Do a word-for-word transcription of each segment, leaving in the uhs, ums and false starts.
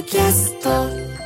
キャスト。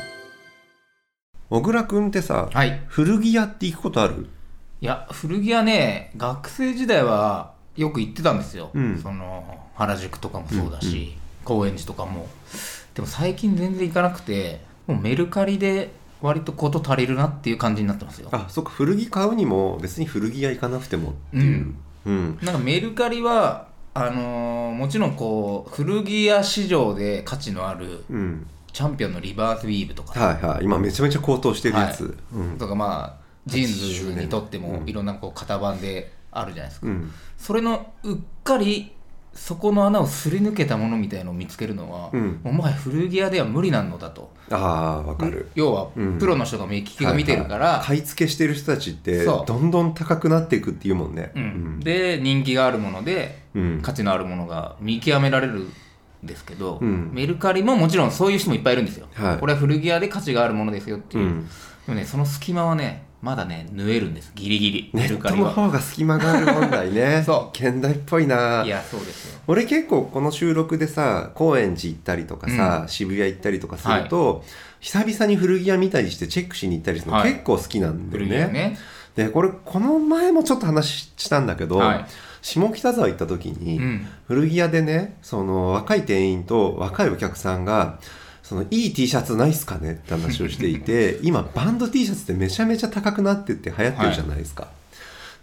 小倉くんってさ、 はい、 古着屋って行くことある？ いや、古着屋ね、学生時代はよく行ってたんですよ、うん、その原宿とかもそうだし、うんうん、高円寺とかも。でも最近全然行かなくて、もうメルカリで割とこと足りるなっていう感じになってますよ。 あ、そっか、古着買うにも別に古着屋行かなくてもっていう、 うんうん、なんかメルカリはあのー、もちろんこう古着屋市場で価値のある、うん、チャンピオンのリバースウィーブとか、 はいはい、今めちゃめちゃ高騰してるやつ、 はいうん、とかまあジーンズにとってもいろんなこう型番であるじゃないですか、うん、それのうっかりそこの穴をすり抜けたものみたいのを見つけるのは、うん、もうもはや古着屋では無理なのだと。 あー、わかる。 要は、うん、プロの人が目利きが見てるから、はいはい、 買い付けしてる人たちってどんどん高くなっていくっていうもんね、 うんうん、で人気があるもので、うん、価値のあるものが見極められるんですけど、うん、メルカリももちろんそういう人もいっぱいいるんですよ、はい、これは古着屋で価値があるものですよっていう、うん、でもねその隙間はねまだね縫えるんです、ギリギリ。 ネットの方が隙間がある問題ねそう現代っぽいな。 いやそうですよ。 俺結構この収録でさ高円寺行ったりとかさ、うん、渋谷行ったりとかすると、はい、久々に古着屋見たりしてチェックしに行ったりするの、はい、結構好きなんだよね。ねでこれこの前もちょっと話したんだけど、はい、下北沢行った時に、うん、古着屋でねその若い店員と若いお客さんがそのいい T シャツないっすかねって話をしていて今バンド T シャツってめちゃめちゃ高くなってって流行ってるじゃないですか、はい、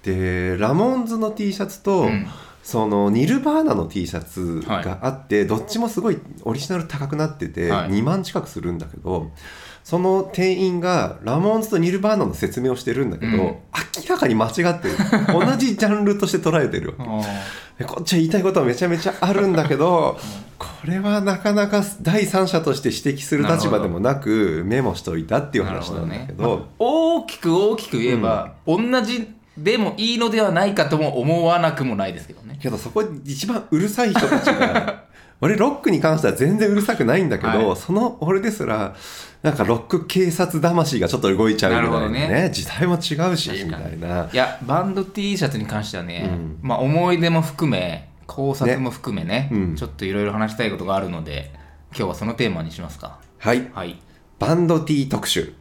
でラモンズの T シャツと、うん、そのニルバーナの T シャツがあって、はい、どっちもすごいオリジナル高くなってて、はい、にまん近くするんだけどその店員がラモンズとニルバーナの説明をしてるんだけど、うん、明らかに間違ってる同じジャンルとして捉えてるわけこっちは言いたいことはめちゃめちゃあるんだけどこれはなかなか第三者として指摘する立場でもなくメモしといたっていう話なんだけど、 なるほどね、まあ、大きく大きく言えば、うん、同じでもいいのではないかとも思わなくもないですけどね。 けどそこ一番うるさい人たちが俺ロックに関しては全然うるさくないんだけど、はい、その俺ですらなんかロック警察魂がちょっと動いちゃうみたいな ね, ね時代も違うしみたいな。 いやバンド T シャツに関してはね、うん、まあ思い出も含め考察も含め ね, ね、うん、ちょっといろいろ話したいことがあるので今日はそのテーマにしますか。 はい、はい、バンド T 特集。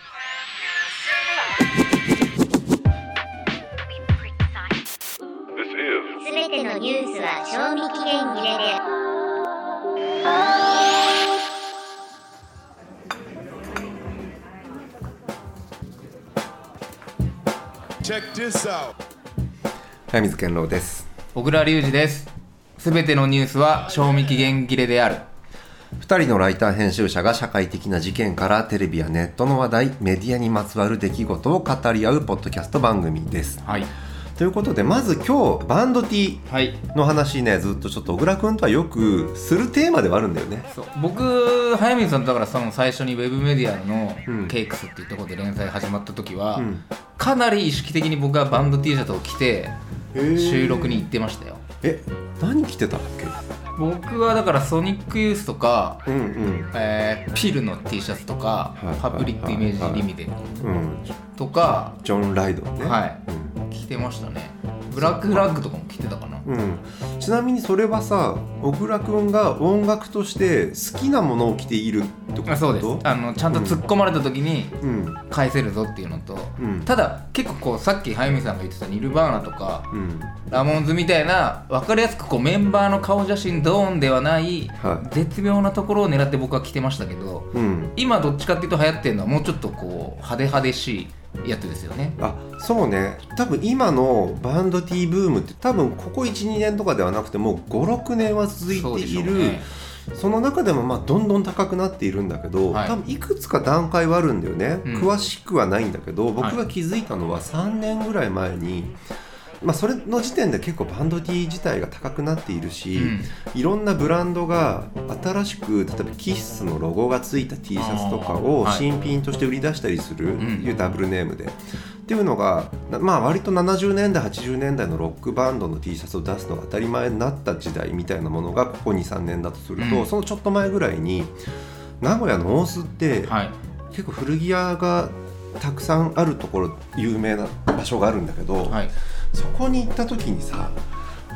すべてのニュースは賞味期限切れで早水健郎です。 小倉隆二です。すべてのニュースは賞味期限切れである。 ふたりのライター編集者が社会的な事件からテレビやネットの話題、メディアにまつわる出来事を語り合うポッドキャスト番組です。はい。ということでまず今日バンド T の話ね、はい、ずっとちょっと小倉くんとはよくするテーマではあるんだよね。 そう僕早水さんだからその最初にウェブメディアのケイクスっていうところで連載始まった時は、うん、かなり意識的に僕はバンド T シャツを着て収録に行ってましたよ。 え何着てたっけ？ 僕はだからソニックユースとか、うんうんえー、ピルの T シャツとか、はいはいはいはい、パブリックイメージリミテッド、うん、とかジョン・ライドンね、 はいうん、着てましたね。ブラックフラッグとかも着てたかな、 うん、ちなみにそれはさ小倉くんが音楽として好きなものを着ているってこと？ そうです。あのちゃんと突っ込まれた時に返せるぞっていうのと、うん、ただ結構こうさっき早見さんが言ってたニルバーナとか、うん、ラモンズみたいな分かりやすくこうメンバーの顔写真ドーンではない、はい、絶妙なところを狙って僕は着てましたけど、うん、今どっちかっていうと流行ってるのはもうちょっとこう派手派手しいやつですよね。 あ、そうね。多分今のバンド T ブームって多分ここ いちにねんとかではなくてもうごろくねんは続いている。 そ, ね、その中でもまあどんどん高くなっているんだけど、はい、多分いくつか段階はあるんだよね、うん、詳しくはないんだけど僕が気づいたのはさんねんぐらい前に、まあ、それの時点で結構バンド T 自体が高くなっているし、うん、いろんなブランドが新しく例えばキッスのロゴがついた T シャツとかを新品として売り出したりする、はい、いうダブルネームで、うん、っていうのが、まあ、割とななじゅうねんだいはちじゅうねんだいのロックバンドの T シャツを出すのが当たり前になった時代みたいなものがここ にさんねんだとすると、うん、そのちょっと前ぐらいに名古屋の大須って、はい、結構古着屋がたくさんあるところ有名な場所があるんだけど、はい、そこに行った時にさ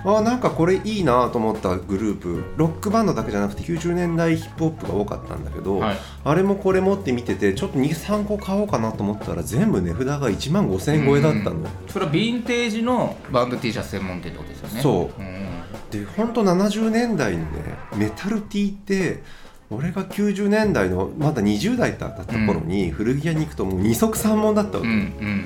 あなんかこれいいなと思ったグループ、ロックバンドだけじゃなくてきゅうじゅうねんだいヒップホップが多かったんだけど、はい、あれもこれもって見ててちょっと にさんこ買おうかなと思ったら全部値札がいちまんごせんえん超えだったの。 それはヴィンテージのバンド T シャツ専門店ってことですよね。 そう、うん、でほんとななじゅうねんだいのねメタル T って俺がきゅうじゅうねんだいのまだにじゅうだいだった頃に古着屋に行くともうに足さんもんだったわけ、うんうん、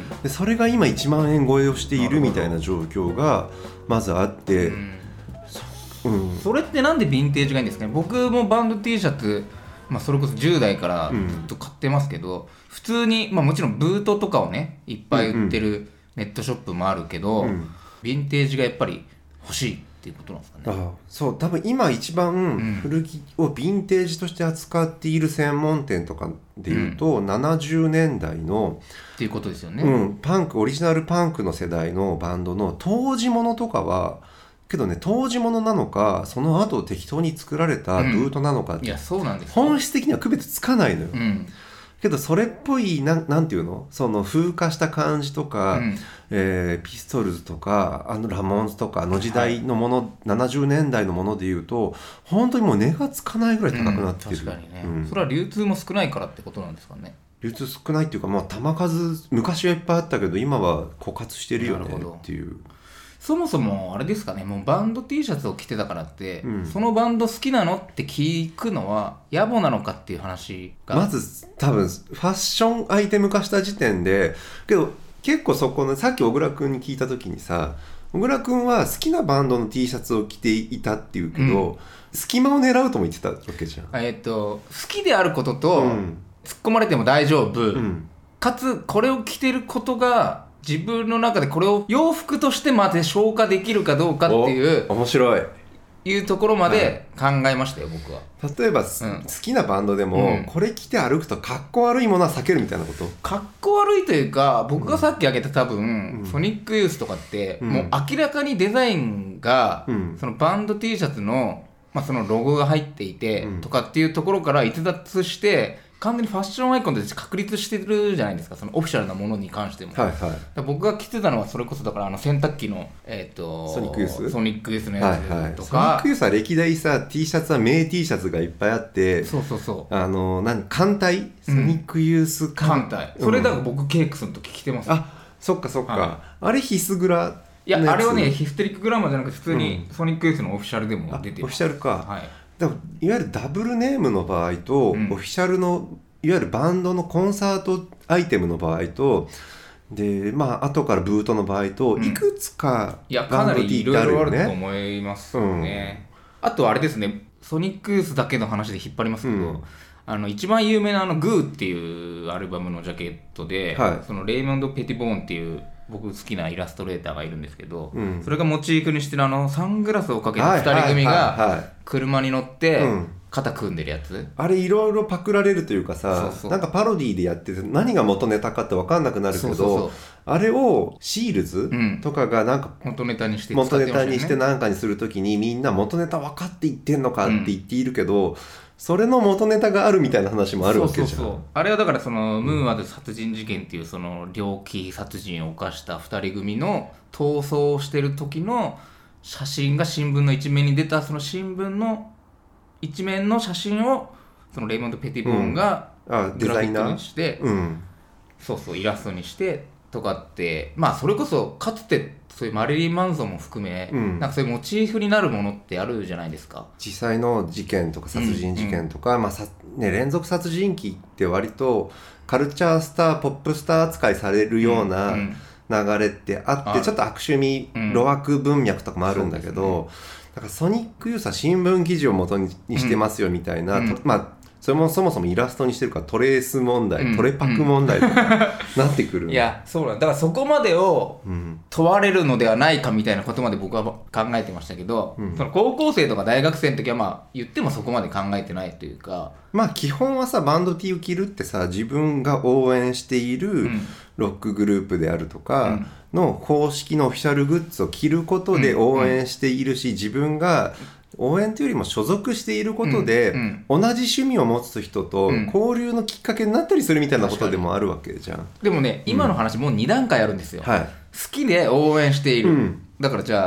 でそれが今いちまんえん超えをしているみたいな状況がまずあって、うんうん、それってなんでヴィンテージがいいんですかね。僕もバンド T シャツ、まあ、それこそじゅうだいからずっと買ってますけど、うん、普通に、まあ、もちろんブートとかをねいっぱい売ってるネットショップもあるけど、うんうん、ヴィンテージがやっぱり欲しいっていうことなんですかね。 ああそう多分今一番古着をヴィンテージとして扱っている専門店とかでいうと、うん、ななじゅうねんだいのっていうことですよね、 うん、パンクオリジナルパンクの世代のバンドの当時ものとかはけどね当時ものなのかその後適当に作られたブートなのか、うん、 いやそうなんです本質的には区別つかないのよ、うんけどそれっぽいな ん, なんていうのその風化した感じとか、うんえー、ピストルズとかあのラモンズとかあの時代のもの、はい、ななじゅうねんだいのものでいうと本当にもう値がつかないぐらい高くなってる、 うん、確かにね、うん、それは流通も少ないからってことなんですかね。 流通少ないっていうか、まあ、球数昔はいっぱいあったけど今は枯渇してるよねっていう。 そもそもあれですかね、もうバンド T シャツを着てたからって、うん、そのバンド好きなのって聞くのは野暮なのかっていう話がまず多分ファッションアイテム化した時点でけど結構そこのさっき小倉君に聞いた時にさ小倉君は好きなバンドの T シャツを着ていたっていうけど、うん、隙間を狙うとも言ってたわけじゃん。 えっと好きであることと、うん、突っ込まれても大丈夫、うん、かつこれを着てることが自分の中でこれを洋服としてまで消化できるかどうかっていう面白いいうところまで考えましたよ、はい、僕は。 例えば、うん、好きなバンドでも、うん、これ着て歩くとかっこ悪いものは避けるみたいなこと。 かっこ悪いというか僕がさっき挙げた多分、うん、ソニックユースとかって、うん、もう明らかにデザインが、うん、そのバンド T シャツの、まあ、そのロゴが入っていて、うん、とかっていうところから逸脱して完全にファッションアイコンとして確立してるじゃないですか、そのオフィシャルなものに関しても、はいはい、僕が着てたのはそれこそだからあの洗濯機の、えー、とソニックユースソニックユースのやつとか、はいはい、ソニックユースは歴代さ T シャツは名 T シャツがいっぱいあってそうそうそうあの何艦隊ソニックユース艦隊、うん、それだから僕ケイクスの時着てます、 あそっかそっか、はい、あれヒスグラいやあれはねヒステリックグラマーじゃなくて普通にソニックユースのオフィシャルでも出てる、 オフィシャルか、 はい、 だからいわゆるダブルネームの場合と、うん、オフィシャルのいわゆるバンドのコンサートアイテムの場合とでまあ後からブートの場合と、うん、いくつかバンド T ってあるよね。いやかなりいろいろあると思いますよね、うん、あとあれですねソニックユースだけの話で引っ張りますけど、うん、あの一番有名なあのグーっていうアルバムのジャケットで、はい、そのレイモンド・ペティボーンっていう僕好きなイラストレーターがいるんですけど、うん、それがモチーフにしてるあのサングラスをかけたふたり組が車に乗って肩組んでるやつ、 あれいろいろパクられるというかさ、そうそうなんかパロディでやってて何が元ネタかって分かんなくなるけど、そうそうそうあれをシールズとかがなんか元ネタにして元ネタにして何かにするときにみんな元ネタ分かって言ってんのかって言っているけど、うん、それの元ネタがあるみたいな話もあるわけじゃん。そうそうそう、 あれはだからそのムーンアド殺人事件っていうその猟奇殺人を犯したふたり組の逃走をしてる時の写真が新聞の一面に出た、その新聞の一面の写真をそのレイモンド・ペティボーンがグラフィックにして、うん、そうそうイラストにしてとかって、まあそれこそかつてそういうマリリン・マンソンも含め、うん、なんかそういうモチーフになるものってあるじゃないですか。 実際の事件とか殺人事件とか、うんうんまあさね、連続殺人鬼って割とカルチャースターポップスター扱いされるような流れってあって、うんうん、ちょっと悪趣味、うん、露悪文脈とかもあるんだけど、だからソニックユースは新聞記事を元にしてますよみたいな、うん、まあそれもそもそもイラストにしてるからトレース問題、うん、トレパク問題とかなってくる、 うん、いやそうなんだからそこまでを問われるのではないかみたいなことまで僕は考えてましたけど、うん、その高校生とか大学生の時はまあ言ってもそこまで考えてないというか、 まあ基本はさバンド T を着るってさ自分が応援しているロックグループであるとかの公式のオフィシャルグッズを着ることで応援しているし、自分が応援というよりも所属していることで、うんうん、同じ趣味を持つ人と交流のきっかけになったりするみたいなことでもあるわけじゃん。 でもね今の話もうに段階あるんですよ、うんはい、好きで応援している、うん、だからじゃあ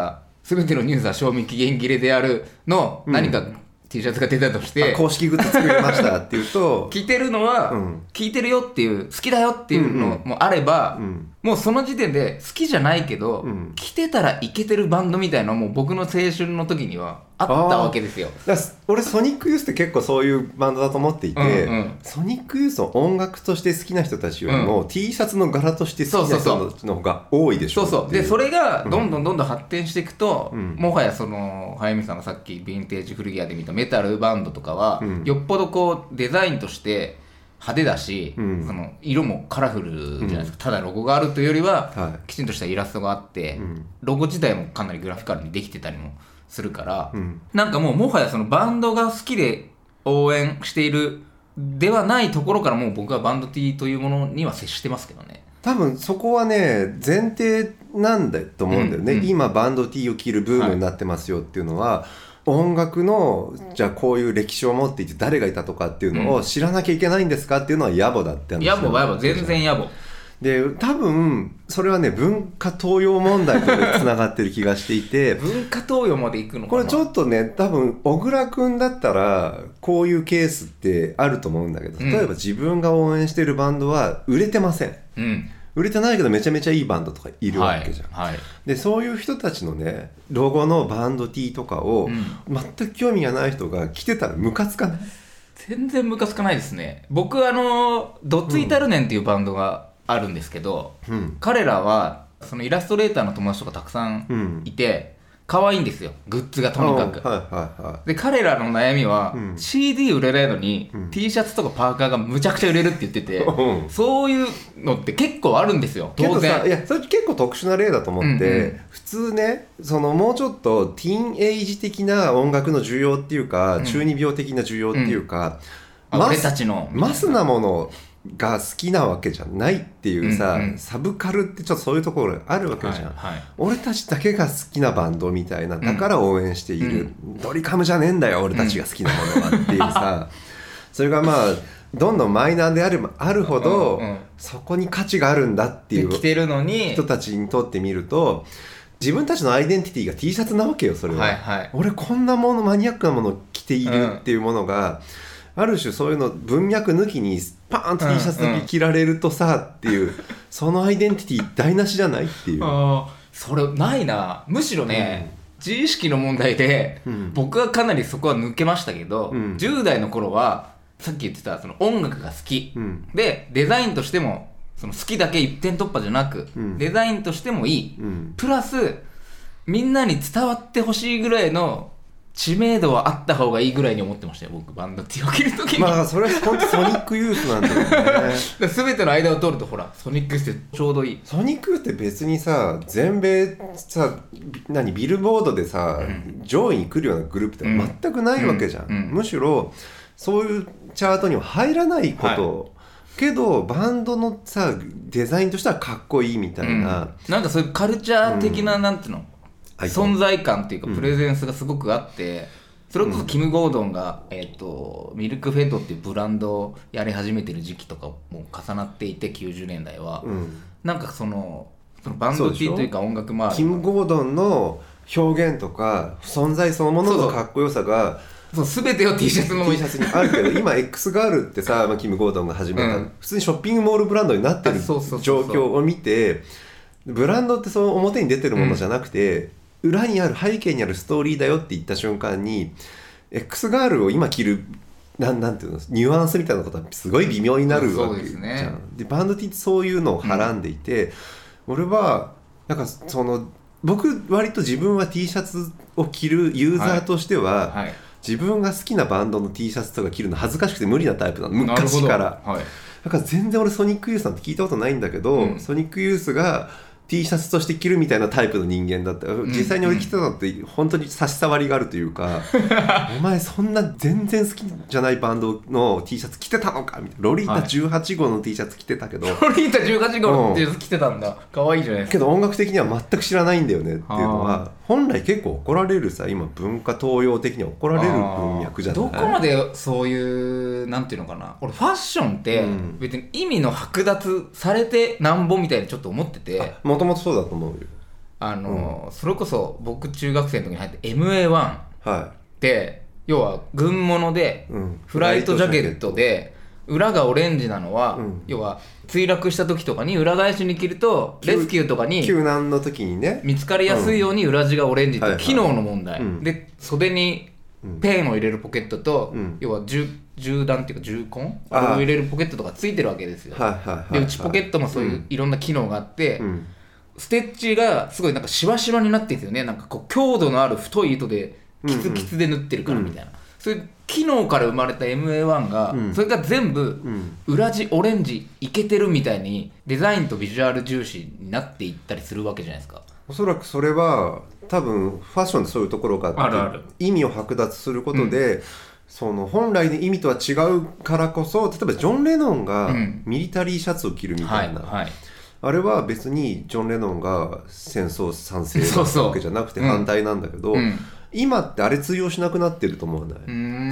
全てのニュースは賞味期限切れであるの何か、うん、T シャツが出たとして公式グッズ作りましたっていうと着てるのは、うん、着てるよっていう好きだよっていうのもあれば、うんうん、もうその時点で好きじゃないけど、うん、着てたらイケてるバンドみたいなのも僕の青春の時にはあったわけですよ。 だ俺ソニックユースって結構そういうバンドだと思っていて、うんうん、ソニックユースの音楽として好きな人たちよりも、うん、T シャツの柄として好きな人の方が多いでしょ。 そうそうでそれがどんどんどんどん発展していくと、うん、もはやその早見さんがさっきヴィンテージ古着屋で見たメタルバンドとかは、うん、よっぽどこうデザインとして派手だし、うん、その色もカラフルじゃないですか、うん、ただロゴがあるというよりは、はい、きちんとしたイラストがあって、うん、ロゴ自体もかなりグラフィカルにできてたりもするから、うん、なんかもうもはやそのバンドが好きで応援しているではないところからもう僕はバンド T というものには接してますけどね。 多分そこはね前提なんだと思うんだよね、うんうん、今バンド T を着るブームになってますよっていうのは、はい、音楽のじゃあこういう歴史を持っていて誰がいたとかっていうのを知らなきゃいけないんですかっていうのは野暮だって話。 野暮は野暮全然野暮で多分それはね文化盗用問題とつながってる気がしていて文化盗用までいくのかな。 これちょっとね多分小倉くんだったらこういうケースってあると思うんだけど、例えば自分が応援してるバンドは売れてません、うん、売れてないけどめちゃめちゃいいバンドとかいるわけじゃん、はいはい、でそういう人たちのねロゴのバンド T とかを、うん、全く興味がない人が着てたらムカつかない？ 全然ムカつかないですね。僕あのどついたるねんっていうバンドがあるんですけど、うん、彼らはそのイラストレーターの友達とかたくさんいて、うん、可愛いんですよグッズがとにかく、はいはいはい、で彼らの悩みは、うん、シーディー 売れないのに、うん、T シャツとかパーカーがむちゃくちゃ売れるって言ってて、うん、そういうのって結構あるんですよ当然。 さいやそれ結構特殊な例だと思って、うんうん、普通ねそのもうちょっとティーンエイジ的な音楽の需要っていうか、うん、中二病的な需要っていうか、 うん、マス俺たちのマスなものが好きなわけじゃないっていうさ、うんうん、サブカルってちょっとそういうところがあるわけじゃん、はいはい、俺たちだけが好きなバンドみたいなだから応援している、うん、ドリカムじゃねえんだよ俺たちが好きなものはっていうさ、うん、それがまあどんどんマイナーである、あるほど、うんうん、そこに価値があるんだっていう人たちにとってみると自分たちのアイデンティティが T シャツなわけよそれは、はいはい、俺こんなものマニアックなものを着ているっていうものが、うんある種そういうの文脈抜きにパーンと T シャツだけ着られるとさ、うんうん、っていうそのアイデンティティ台無しじゃないっていう。 あそれないな。むしろね、うん、自意識の問題で、うん、僕はかなりそこは抜けましたけど、うん、じゅう代の頃はさっき言ってたその音楽が好き、うん、でデザインとしてもその好きだけ一点突破じゃなく、うん、デザインとしてもいい、うん、プラスみんなに伝わってほしいぐらいの知名度はあった方がいいぐらいに思ってましたよ僕バンド T を着るときに。 まあそれは本当ソニックユースなんだよね全ての間を通るとほらソニックユースってちょうどいい。 ソニックユースって別にさ全米さ何ビルボードでさ、うん、上位に来るようなグループって全くないわけじゃん、うんうんうん、むしろそういうチャートには入らないこと、はい、けどバンドのさデザインとしてはかっこいいみたいな、 うん、なんかそういうカルチャー的な、うん、なんていうの存在感っていうかプレゼンスがすごくあって、うん、それこそキム・ゴードンが、えー、とミルクフェッドっていうブランドをやり始めてる時期とかも重なっていてきゅうじゅうねんだいは、うん、なんかその、そのバンド T というか音楽周りキム・ゴードンの表現とか存在そのもののかっこよさがそう全てを T シャツの T シャツにあるけど今 X ガールってさ、まあ、キム・ゴードンが始めた、うん、普通にショッピングモールブランドになってる状況を見てブランドってその表に出てるものじゃなくて、うん裏にある背景にあるストーリーだよって言った瞬間に X ガールを今着るな ん, なんていうのニュアンスみたいなことはすごい微妙になるわけじゃん、ね、でバンド T ってそういうのをはらんでいて、うん、俺はなんかその僕割と自分は T シャツを着るユーザーとしては、はいはい、自分が好きなバンドの T シャツとか着るの恥ずかしくて無理なタイプなの昔から、はい、だから全然俺ソニックユースなんて聞いたことないんだけど、うん、ソニックユースがT シャツとして着るみたいなタイプの人間だった。実際に俺着てたのって本当に差し障りがあるというかお前そんな全然好きじゃないバンドの T シャツ着てたのかみたいな。ロリータじゅうはち号の T シャツ着てたけど、はい、 ロリータじゅうはち号の T シャツ着てたんだ、うん、かわいいじゃないですか。 けど音楽的には全く知らないんだよねっていうのは本来結構怒られるさ今文化盗用的には怒られる文脈じゃない。 どこまでそういうなんていうのかな、俺ファッションって別に意味の剥奪されてなんぼみたいにちょっと思ってて、 もともとそうだと思うよ。 あの、うん、それこそ僕中学生の時に入った エムエーワン って、はい、要は軍物で、うん、フライトジャケットで裏がオレンジなのは、うん、要は墜落した時とかに裏返しに着るとレスキューとかに救難の時にね見つかりやすいように裏地がオレンジって機能の問題、はいはい、で袖にペンを入れるポケットと、うん、要は銃弾っていうか銃痕を入れるポケットとかついてるわけですよ、はいはいはいはい、で内ポケットもそういういろんな機能があって、うん、ステッチがすごいなんかシワシワになってるんですよね。なんかこう強度のある太い糸でキツキツで縫ってるからみたいな、うんうん、そういう機能から生まれた エムエーワン が、うん、それが全部裏地オレンジイケてるみたいにデザインとビジュアル重視になっていったりするわけじゃないですか。 おそらくそれは多分ファッションでそういうところがあって、あるある意味を剥奪することで、うん、その本来の意味とは違うからこそ、例えばジョン・レノンがミリタリーシャツを着るみたいな、うんはいはい、あれは別にジョン・レノンが戦争賛成なわけじゃなくて反対なんだけど、うんうん、今ってあれ通用しなくなってると思わない？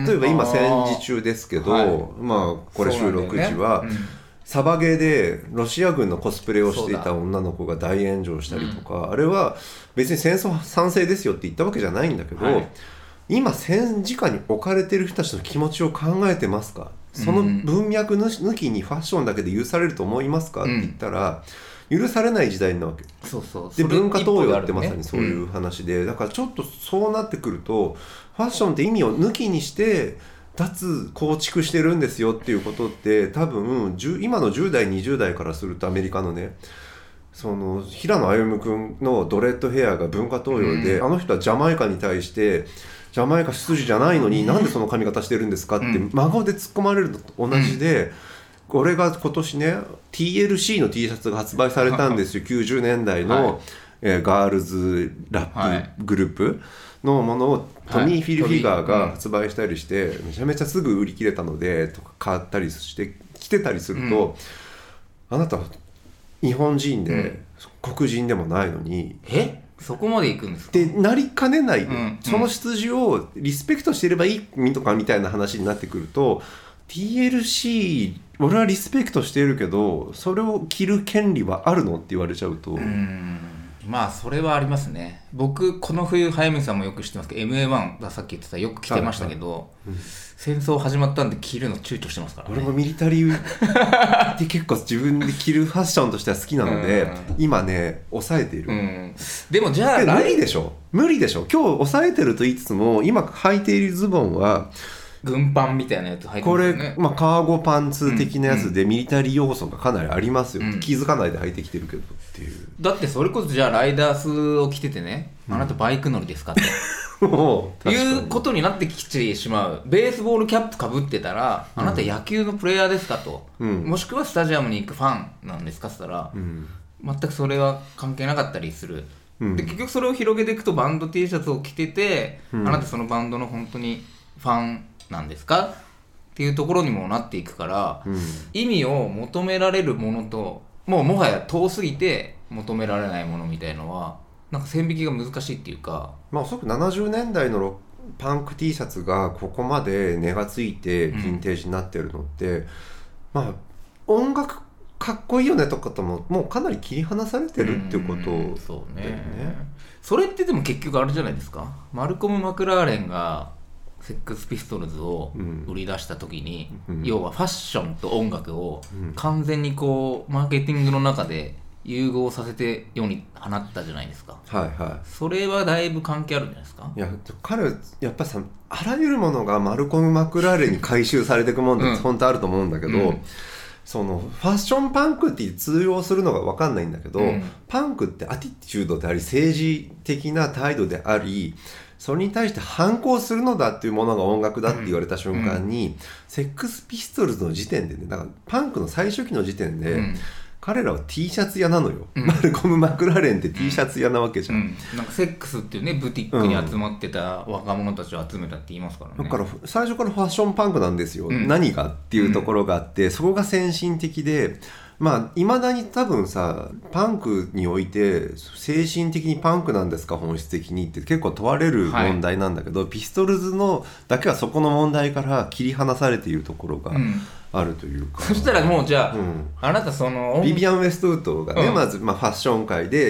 例えば今戦時中ですけど、はい、まあこれ収録時は、ねうん、サバゲーでロシア軍のコスプレをしていた女の子が大炎上したりとか、うん、あれは別に戦争賛成ですよって言ったわけじゃないんだけど、はい、今戦時下に置かれてる人たちの気持ちを考えてますか？その文脈抜きにファッションだけで許されると思いますか、うん、って言ったら許されない時代なわけ。 そうそうで文化東洋ってまさにそういう話で、うん、だからちょっとそうなってくるとファッションって意味を抜きにして脱構築してるんですよっていうことって多分今のじゅう代にじゅう代からするとアメリカのねその平野歩夢君のドレッドヘアが文化東洋で、うん、あの人はジャマイカに対してジャマイカ出自じゃないのに、うん、なんでその髪型してるんですかって真顔で突っ込まれるのと同じで、うんこれが今年ね ティーエルシー の T シャツが発売されたんですよきゅうじゅうねんだいの、はいえー、ガールズラップグループのものをトミー・フィルフィガーが発売したりして、はいうん、めちゃめちゃすぐ売り切れたのでとか買ったりして着てたりすると、うん、あなたは日本人で、うん、黒人でもないのにえそこまで行くんですかってなりかねない、うん、その出自をリスペクトしていればいいとかみたいな話になってくると ティーエルシー俺はリスペクトしているけどそれを着る権利はあるのって言われちゃうとうーんまあそれはありますね。僕この冬早見さんもよく知ってますけど エムエーワン がさっき言ってたよく着てましたけど、はいはいうん、戦争始まったんで着るの躊躇してますからね。 俺もミリタリーで結構自分で着るファッションとしては好きなので今ね抑えている、うん、 でもじゃあ無理でしょ無理でしょ今日抑えてると言いつつも今履いているズボンは軍パンみたいなやつ履いてますよね。これ、まあ、カーゴパンツ的なやつでミリタリー要素がかなりありますよ、うん、気づかないで履いてきてるけどっていう。 だってそれこそじゃあライダースを着ててね、うん、あなたバイク乗りですかっていうことになってきてしまう。ベースボールキャップかぶってたら、うん、あなた野球のプレイヤーですかと、うん、もしくはスタジアムに行くファンなんですかって言ったら、うん、全くそれは関係なかったりする、うん、で結局それを広げていくとバンド T シャツを着てて、うん、あなたそのバンドの本当にファンなんですかっていうところにもなっていくから、うん、意味を求められるものともうもはや遠すぎて求められないものみたいのはなんか線引きが難しいっていうか、 まあおそらくななじゅうねんだいのパンク T シャツがここまで値がついてヴィンテージになってるのって、うん、まあ音楽かっこいいよねとかとももうかなり切り離されてるっていうことだよね。 そうね。それってでも結局あれじゃないですか。マルコム・マクラーレンがセックスピストルズを売り出した時に、うん、要はファッションと音楽を完全にこうマーケティングの中で融合させて世に放ったじゃないですか。 はいはい。 それはだいぶ関係あるんじゃないですか。 いや彼はやっぱさあらゆるものがマルコム・マクラーレンに回収されていくもんって本当あると思うんだけど、うん、そのファッションパンクって通用するのが分かんないんだけど、うん、パンクってアティチュードであり政治的な態度でありそれに対して反抗するのだっていうものが音楽だって言われた瞬間に、うん、セックスピストルズの時点でねだからパンクの最初期の時点で、うん、彼らは T シャツ屋なのよ、うん、マルコム・マクラーレンって T シャツ屋なわけじゃん、うん、 なんかセックスっていうねブティックに集まってた若者たちを集めたって言いますからね。 だから最初からファッションパンクなんですよ、うん、何がっていうところがあって、うん、そこが先進的でまあいまだに多分さパンクにおいて精神的にパンクなんですか本質的にって結構問われる問題なんだけど、はい、ピストルズのだけはそこの問題から切り離されているところがあるというか、 うん、そしたらもうじゃあ、うん、あなたそのビビアン・ウェストウッドがね、うん、まず、まあ、ファッション界で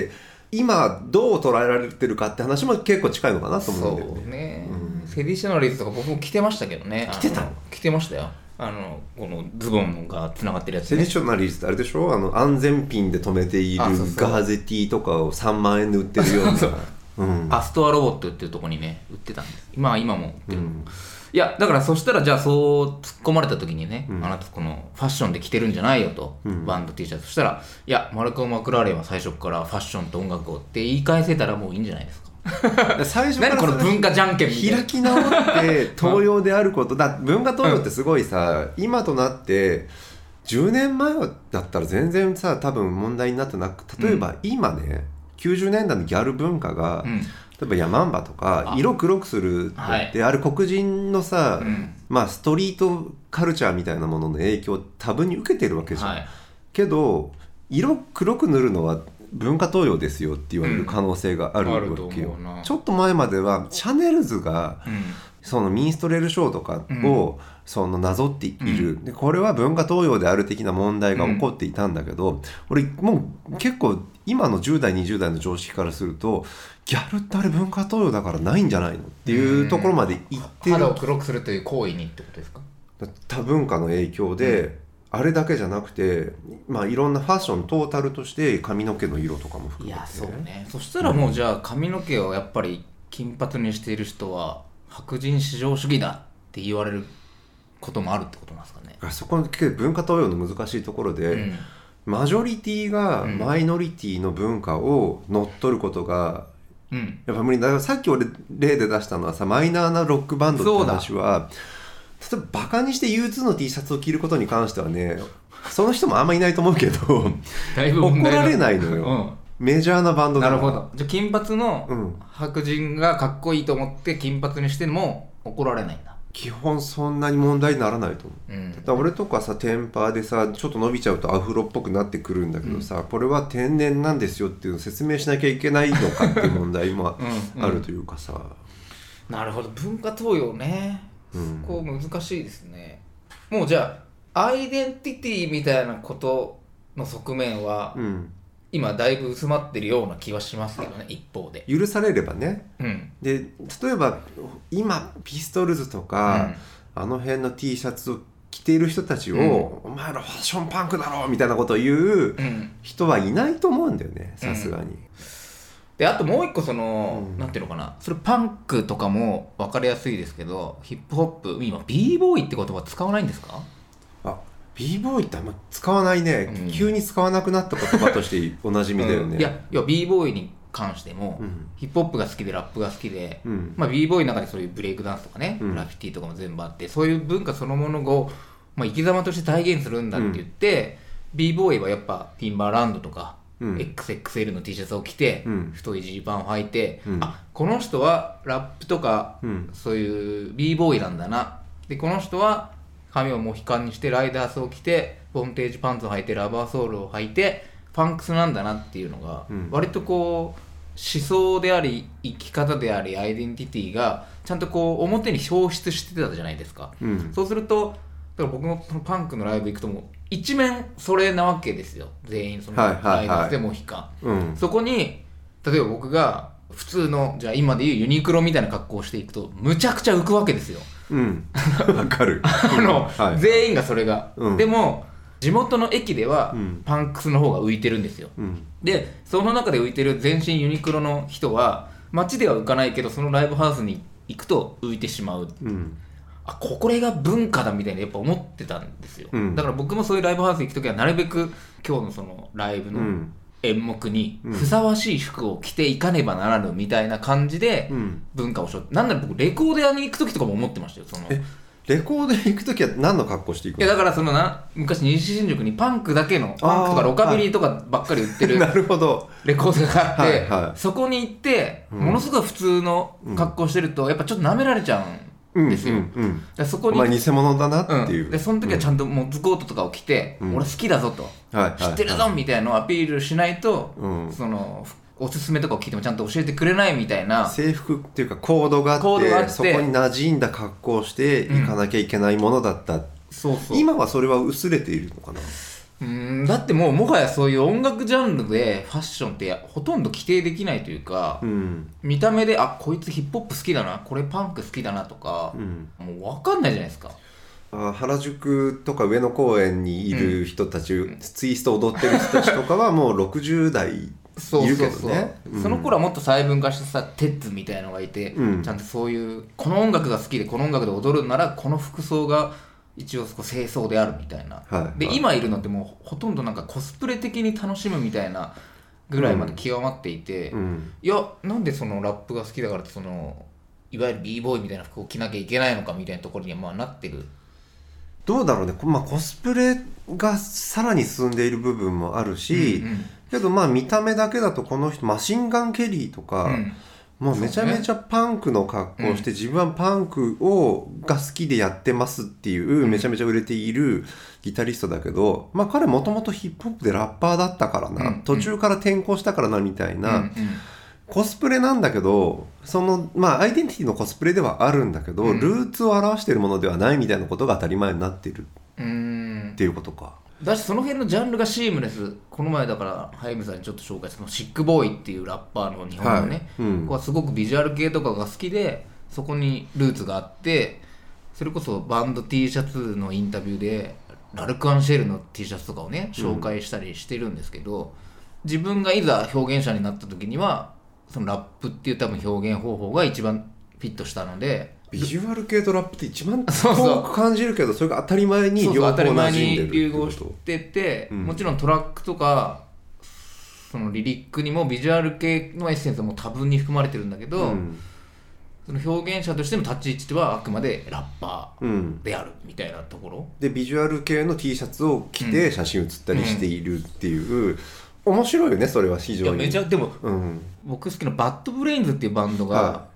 今どう捉えられてるかって話も結構近いのかなと思うんだよね。 そうね、うん、セディショナリーズとか僕も着てましたけどね。 着てたの？ 着てましたよ。あのこのズボンがつながってるやつ、ね、 セディショナリーズってあれでしょ、あの安全ピンで留めているガーゼティーとかをさんまんえんで売ってるようなそうそう、うん、アストアロボットっていうところにね売ってたんです。まあ今も売ってる、うん、いやだからそしたらじゃあそう突っ込まれた時にね、うん、あなたこのファッションで着てるんじゃないよと、うん、バンド T シャツ、そしたらいやマルコム・マクラーレンは最初からファッションと音楽をって言い返せたらもういいんじゃないですか。最初から何この文化じゃんけんみたいな開き直って東洋であることだ。文化東洋ってすごいさ、うん、今となってじゅうねんまえだったら全然さ多分問題になってなく、例えば今ね、うん、きゅうじゅうねんだいのギャル文化が、うん、例えばヤマンバとか色黒くするって、はい、あれ黒人のさ、うん、まあストリートカルチャーみたいなものの影響を多分に受けてるわけじゃん、はい、けど色黒く塗るのは文化東洋ですよって言われる可能性があるわけよ、うん、ちょっと前まではシャネルズが、うん、そのミンストレルショーとかを、うん、そのなぞっている、うん、でこれは文化東洋である的な問題が起こっていたんだけど、うん、俺もう結構今のじゅう代にじゅう代の常識からするとギャルってあれ文化東洋だからないんじゃないのっていうところまで行ってる。 肌を黒くするという行為にってことですか？ 多文化の影響で、うんあれだけじゃなくて、まあ、いろんなファッショントータルとして髪の毛の色とかも含めて。 いやそうね。そしたらもうじゃあ髪の毛をやっぱり金髪にしている人は白人至上主義だって言われることもあるってことなんですかね。 あそこの文化東洋の難しいところで、うん、マジョリティがマイノリティの文化を乗っ取ることが、うん、やっぱ無理だ。からさっき俺例で出したのはさマイナーなロックバンドって話は例えばバカにして ユーツー の T シャツを着ることに関してはねその人もあんまいないと思うけどだいぶ怒られないのよ、うん、メジャーなバンドだから。 なるほど。じゃあ金髪の白人がかっこいいと思って金髪にしても怒られないんだ。 基本そんなに問題にならないと思う、うん、だから俺とかさテンパーでさちょっと伸びちゃうとアフロっぽくなってくるんだけどさ、うん、これは天然なんですよっていうのを説明しなきゃいけないのかっていう問題もあるというかさうん、 うん、なるほど。文化東洋ね、そこ難しいですね、うん、もうじゃあアイデンティティみたいなことの側面は、うん、今だいぶ薄まってるような気はしますけどね。一方で許されればね、うん、で例えば今ピストルズとか、うん、あの辺の T シャツを着ている人たちを、うん、お前らファッションパンクだろみたいなことを言う人はいないと思うんだよね、さすがに、うんであともう一個その、うん、なんていうのかな、それパンクとかも分かりやすいですけどヒップホップ今 b ボーイって言葉使わないんですか？ あ b ボーイってあんま使わないね、うん、急に使わなくなった言葉としておなじみだよね、うん、 いやいや b ボーイに関しても、うん、ヒップホップが好きでラップが好きで、うん、まあ、b ボーイの中でそういうブレイクダンスとかね、うん、グラフィティとかも全部あってそういう文化そのものを、まあ、生き様として体現するんだって言って、うん、b ボーイはやっぱティンバーランドとかうん、エックスエックスエル の T シャツを着て、うん、太いジーパンを履いて、うん、あこの人はラップとか、うん、そういう b ボーイなんだな。でこの人は髪をモヒカンにしてライダースを着てボンテージパンツを履いてラバーソールを履いてファンクスなんだなっていうのが、うん、割とこう思想であり生き方でありアイデンティティがちゃんとこう表に表出してたじゃないですか、うん、そうするとだから僕もそのパンクのライブ行くともう一面それなわけですよ。全員そのライダースでモヒカン、はいはいはい、そこに例えば僕が普通のじゃあ今でいうユニクロみたいな格好をしていくとむちゃくちゃ浮くわけですよ。 うんわかるあの、はい、全員がそれが、うん、でも地元の駅ではパンクスの方が浮いてるんですよ、うん、でその中で浮いてる全身ユニクロの人は街では浮かないけどそのライブハウスに行くと浮いてしまう、うん、あこれが文化だみたいなやっぱ思ってたんですよ、うん、だから僕もそういうライブハウス行くときはなるべく今日のそのライブの演目にふさわしい服を着ていかねばならぬみたいな感じで文化をしょって、なんなら僕レコード屋に行くときとかも思ってましたよ。そのえレコード行くときは何の格好していくの？ いやだからそのな昔西新宿にパンクだけのパンクとかロカビリーとかばっかり売ってるなるほどレコードがあって、はいはい、そこに行って、うん、ものすごい普通の格好してるとやっぱちょっと舐められちゃうんですよ、うんうんうん、だそこにお前偽物だなっていう、 うん、でその時はちゃんとモッズコートとかを着て、うん、俺好きだぞと、はい、知ってるぞみたいなのをアピールしないと、はいはい、そのおすすめとかを聞いてもちゃんと教えてくれないみたいな制服っていうかコードがあって、コードがあってそこに馴染んだ格好をしていかなきゃいけないものだった、うん、そうそう今はそれは薄れているのかな。 うーんだってもうもはやそういう音楽ジャンルでファッションってほとんど規定できないというか、うん、見た目であこいつヒップホップ好きだなこれパンク好きだなとか、うん、もう分かんないじゃないですか。 あ原宿とか上野公園にいる人たち、うん、ツイスト踊ってる人たちとかはもうろくじゅう代いるけどね。そうそうそう、 うん、その頃はもっと細分化してさテッツみたいなのがいて、うん、ちゃんとそういうこの音楽が好きでこの音楽で踊るならこの服装が一応そこ清掃であるみたいな、はいはい、で今いるのってもうほとんどなんかコスプレ的に楽しむみたいなぐらいまで極まっていて、うんうん、いやなんでそのラップが好きだからってそのいわゆる b ボーイみたいな服を着なきゃいけないのかみたいなところにはまあなってる。 どうだろうね、まあ、コスプレがさらに進んでいる部分もあるし、うんうん、けどまあ見た目だけだとこの人マシンガン・ケリーとか、うん、もうめちゃめちゃパンクの格好をして、ね、自分はパンクをが好きでやってますっていう、うん、めちゃめちゃ売れているギタリストだけど、まあ彼もともとヒップホップでラッパーだったからな、うん、途中から転向したからなみたいな、うんうん、コスプレなんだけどそのまあアイデンティティのコスプレではあるんだけど、うん、ルーツを表しているものではないみたいなことが当たり前になっているっていうことか。 だしその辺のジャンルがシームレス。この前だからハイムさんにちょっと紹介したシックボーイっていうラッパーの日本のね、はいうん、ここはすごくビジュアル系とかが好きでそこにルーツがあってそれこそバンド T シャツのインタビューでラルクアンシェルの T シャツとかをね紹介したりしてるんですけど、うん、自分がいざ表現者になった時にはそのラップっていう多分表現方法が一番フィットしたのでビジュアル系とラップって一番遠く感じるけどそれが当たり前に両方馴染んでるってこと。そうそう当たり前に融合してて、うん、もちろんトラックとかそのリリックにもビジュアル系のエッセンスも多分に含まれてるんだけど、うん、その表現者としての立ち位置はあくまでラッパーであるみたいなところ、うん、 でビジュアル系の T シャツを着て写真写ったりしているっていう、うんうん面白いよねそれは非常に。 いやめちゃでも、うん、僕好きなバッドブレインズっていうバンドが、はい、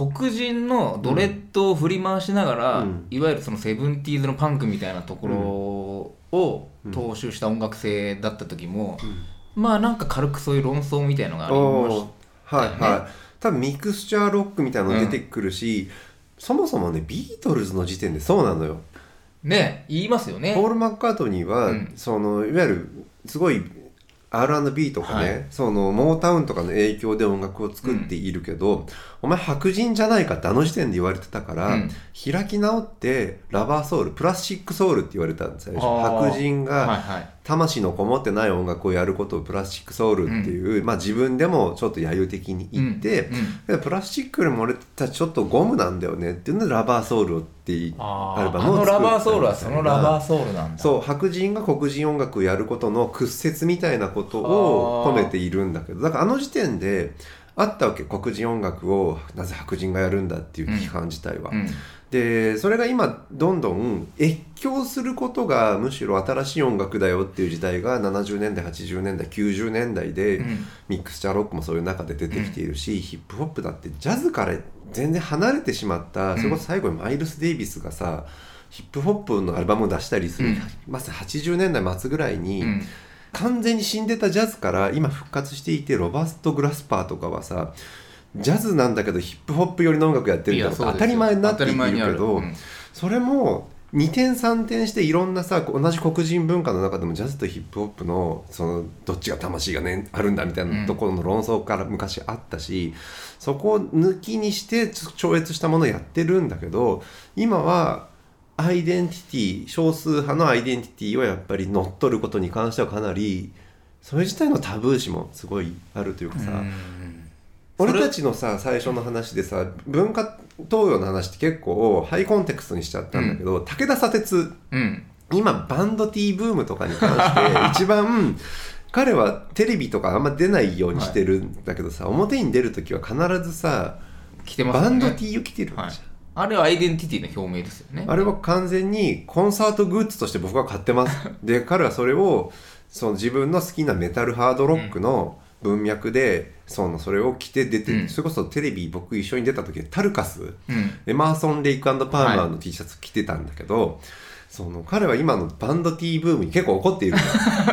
黒人のドレッドを振り回しながら、うん、いわゆるそのセブンティーズのパンクみたいなところを踏襲した音楽性だった時も、うん、まあなんか軽くそういう論争みたいなのがありましたよね。はいはい。 多分ミクスチャーロックみたいなの出てくるし、うん、そもそもねビートルズの時点でそうなのよ。 ね言いますよね。 ポール・マッカートニーは、うん、そのいわゆるすごいアールアンドビー とかね、はい、そのモータウンとかの影響で音楽を作っているけど、うん、お前白人じゃないかってあの時点で言われてたから、うん、開き直ってラバーソウルプラスチックソウルって言われたんですよ。白人が魂のこもってない音楽をやることをプラスチックソウルっていう、うんまあ、自分でもちょっと揶揄的に言って、うんうん、プラスチックよりも俺たちちょっとゴムなんだよねっていうのでラバーソウルっていうアルバムを作った。あのラバーソウルはそのラバーソウルなんだ。 そう白人が黒人音楽をやることの屈折みたいなことを込めているんだけど、だからあの時点であったわけ。黒人音楽をなぜ白人がやるんだっていう批判自体は、うんうん、でそれが今どんどん越境することがむしろ新しい音楽だよっていう時代がななじゅうねんだいはちじゅうねんだいきゅうじゅうねんだいで、うん、ミックスチャーロックもそういう中で出てきているし、うん、ヒップホップだってジャズから全然離れてしまった、うん、それこそ最後にマイルス・デイビスがさヒップホップのアルバムを出したりする、うん、まさにはちじゅうねんだい末ぐらいに、うん完全に死んでたジャズから今復活していてロバート・グラスパーとかはさジャズなんだけどヒップホップ寄りの音楽やってるみたいなこと当たり前になっているけど、うん、それもにてんさんてんしていろんなさ同じ黒人文化の中でもジャズとヒップホップのそのどっちが魂が、ね、あるんだみたいなところの論争から昔あったし、うん、そこを抜きにして超越したものをやってるんだけど今はアイデンティティ少数派のアイデンティティはやっぱり乗っ取ることに関してはかなりそれ自体のタブー視もすごいあるというかさ、うん俺たちのさ最初の話でさ文化東洋の話って結構ハイコンテクストにしちゃったんだけど、うん、武田砂鉄、うん、今バンド T ブームとかに関して一番彼はテレビとかあんま出ないようにしてるんだけどさ、はい、表に出るときは必ずさ着てますね、 バンド T を着てるんじゃん、はいあれはアイデンティティの表明ですよね。 あれは完全にコンサートグッズとして僕は買ってますで彼はそれをその自分の好きなメタルハードロックの文脈でそのそれを着て出て、うん、それこそテレビ僕一緒に出た時タルカス、うん、エマーソン・レイク&パーマーの T シャツ着てたんだけど、はい、その彼は今のバンド T ブームに結構怒っている彼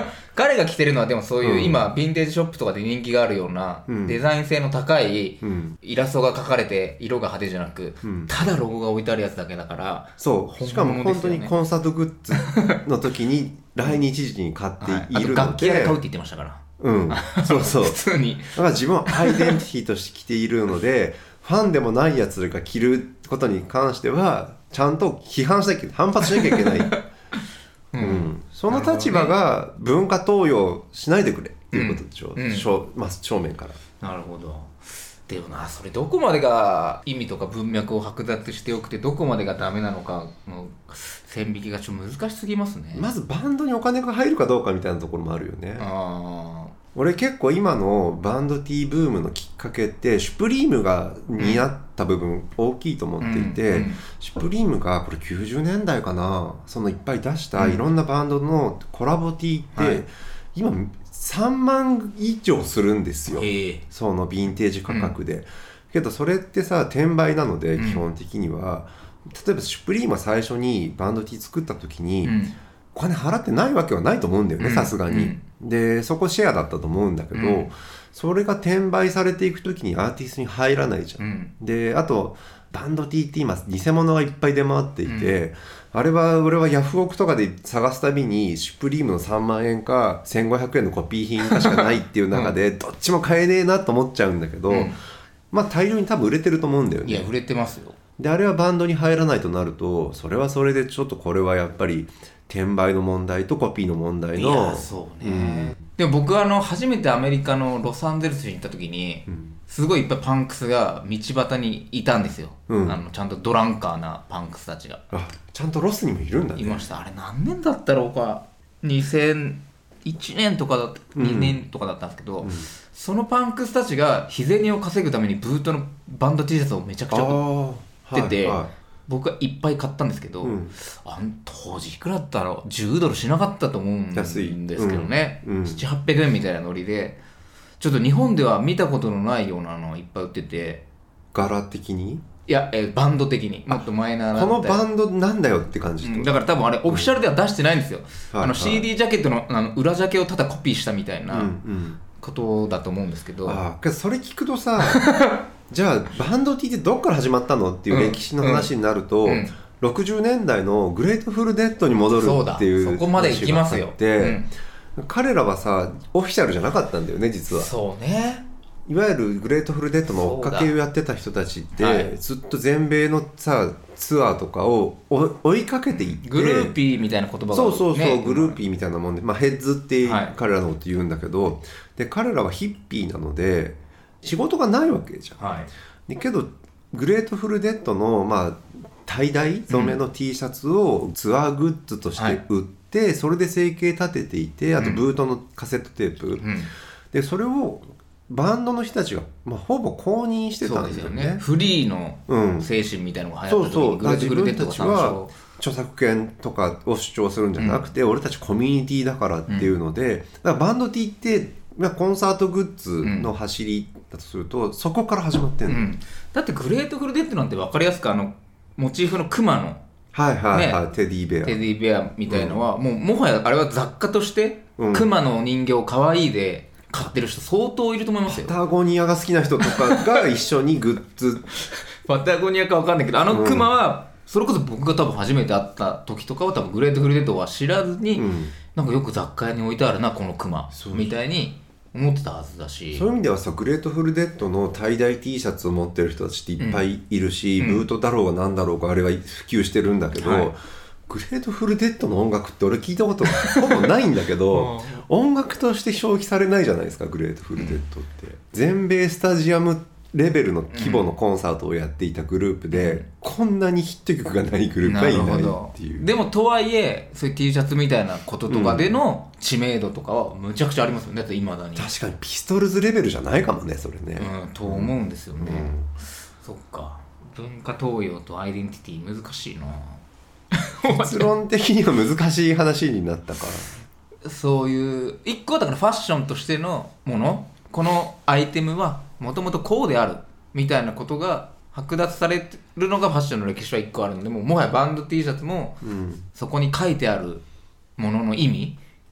彼が着てるのはでもそういう、うん、今ヴィンテージショップとかで人気があるような、うん、デザイン性の高いイラストが描かれて色が派手じゃなく、うん、ただロゴが置いてあるやつだけだから、 そう、しかも本当にコンサートグッズの時に来日時に買っているので、はい、あと楽器屋で買うって言ってましたからうん、そうそう普通にだから自分はアイデンティティとして着ているのでファンでもないやつが着ることに関してはちゃんと批判しなきゃ反発しなきゃいけない、うんうん、その立場が文化盗用しないでくれっていうことでしょ、うんうん正まあ、正面からなるほど。でもなそれどこまでが意味とか文脈を剥奪しておくてどこまでがダメなのかの線引きがちょっと難しすぎますね。 まずバンドにお金が入るかどうかみたいなところもあるよね。あ俺結構今のバンド T ブームのきっかけってシュプリームが似合った部分大きいと思っていて、うんうん、シュプリームがこれきゅうじゅうねんだいかなそのいっぱい出したいろんなバンドのコラボ T って、はい、今さんまん以上するんですよ、そのヴィンテージ価格で、うん、けどそれってさ転売なので基本的には、うん、例えばシュプリームは最初にバンド T 作った時に、うん、お金払ってないわけはないと思うんだよねさすがに、うんうん、でそこシェアだったと思うんだけど、うん、それが転売されていく時にアーティストに入らないじゃん、うん、であとバンド T って今偽物がいっぱい出回っていて、うん、あれは俺はヤフオクとかで探すたびにシュプリームのさんまんえんかせんごひゃくえんのコピー品かしかないっていう中で、うん、どっちも買えねえなと思っちゃうんだけど、うん、まあ大量に多分売れてると思うんだよね。 いや売れてますよ。 であれはバンドに入らないとなるとそれはそれでちょっとこれはやっぱり転売の問題とコピーの問題の。 いやそうね、うん、でも僕はあの初めてアメリカのロサンゼルスに行った時に、うん、すごいいっぱいパンクスが道端にいたんですよ、うん、あのちゃんとドランカーなパンクスたちが。 あちゃんとロスにもいるんだね。 いました。あれ何年だったろうかにせんいちねんとかだにねんとかだったんですけど、うん、そのパンクスたちが日銭を稼ぐためにブートのバンド T シャツをめちゃくちゃ売ってて、はいはい、僕はいっぱい買ったんですけど、うん、あん当時いくらだったらじゅうドルしなかったと思うんですけどね、うんうん、ななひゃくはっぴゃくえんみたいなノリでちょっと日本では見たことのないようなのをいっぱい売ってて。 柄的にいや、えー、バンド的にもっとマイナーなこのバンドなんだよって感じ、うん、 だから多分あれオフィシャルでは出してないんですよ、うん、あの シーディー ジャケット の, あの裏ジャケをただコピーしたみたいなことだと思うんですけど、うんうん、 あけどそれ聞くとさじゃあバンド T ってどっから始まったのっていう歴史の話になると、うんうん、ろくじゅうねんだいのグレートフルデッドに戻るっていうそうだそこまで行きますよ、 うん彼らはさオフィシャルじゃなかったんだよね実は。 そうね。 いわゆるグレートフルデッドの追っかけをやってた人たちって、はい、ずっと全米のさツアーとかを追いかけていってグルーピーみたいな言葉が、ね、 そうそうそう、グルーピーみたいなもんで、まあ、ヘッズって彼らのこと言うんだけど、はい、で彼らはヒッピーなので仕事がないわけじゃん、はい、けどグレートフルデッドのまあtie dye染めの T シャツをツアーグッズとして売って、はい、それで生計立てていて、あとブートのカセットテープ、うん、でそれをバンドの人たちが、まあ、ほぼ公認してたんですよ ね, よねフリーの精神みたいなのが流行った時に、うん、グレートフルデッドが参照。自分たちは著作権とかを主張するんじゃなくて、うん、俺たちコミュニティだからっていうので、うん、だからバンド T ってコンサートグッズの走りだとすると、うん、そこから始まってるの、うん、 だってグレートフルデッドなんて分かりやすくあのモチーフのクマのはいはいはい、ね、テディベアテディベアみたいのは、うん、もうもはやあれは雑貨として、うん、クマの人形を可愛いで買ってる人相当いると思いますよ。 パタゴニアが好きな人とかが一緒にグッズパタゴニアか分かんないけどあのクマは、うん、それこそ僕が多分初めて会った時とかは多分グレートフルデッドは知らずに、うん、なんかよく雑貨屋に置いてあるなこのクマみたいに思ってたはずだし、 そういう意味ではさグレートフルデッドのタイダイ T シャツを持ってる人たちっていっぱいいるし、うん、ブートだろうがなんだろうがあれは普及してるんだけど、はい、グレートフルデッドの音楽って俺聞いたことほぼないんだけど音楽として消費されないじゃないですかグレートフルデッドって、うん、全米スタジアムレベルの規模のコンサートをやっていたグループで、うん、こんなにヒット曲がないグループがいないっていう。 でもとはいえそういう T シャツみたいなこととかでの知名度とかはむちゃくちゃありますよね。いまだに確かにピストルズレベルじゃないかもねそれね、 うん、と思うんですよね、うん、そっか文化東洋とアイデンティティ難しいな結論的には難しい話になったからそういう一個だからファッションとしてのものこのアイテムはもともとこうであるみたいなことが剥奪されるのがファッションの歴史は一個あるのでもうもはやバンド T シャツも、うん、そこに書いてあるものの意味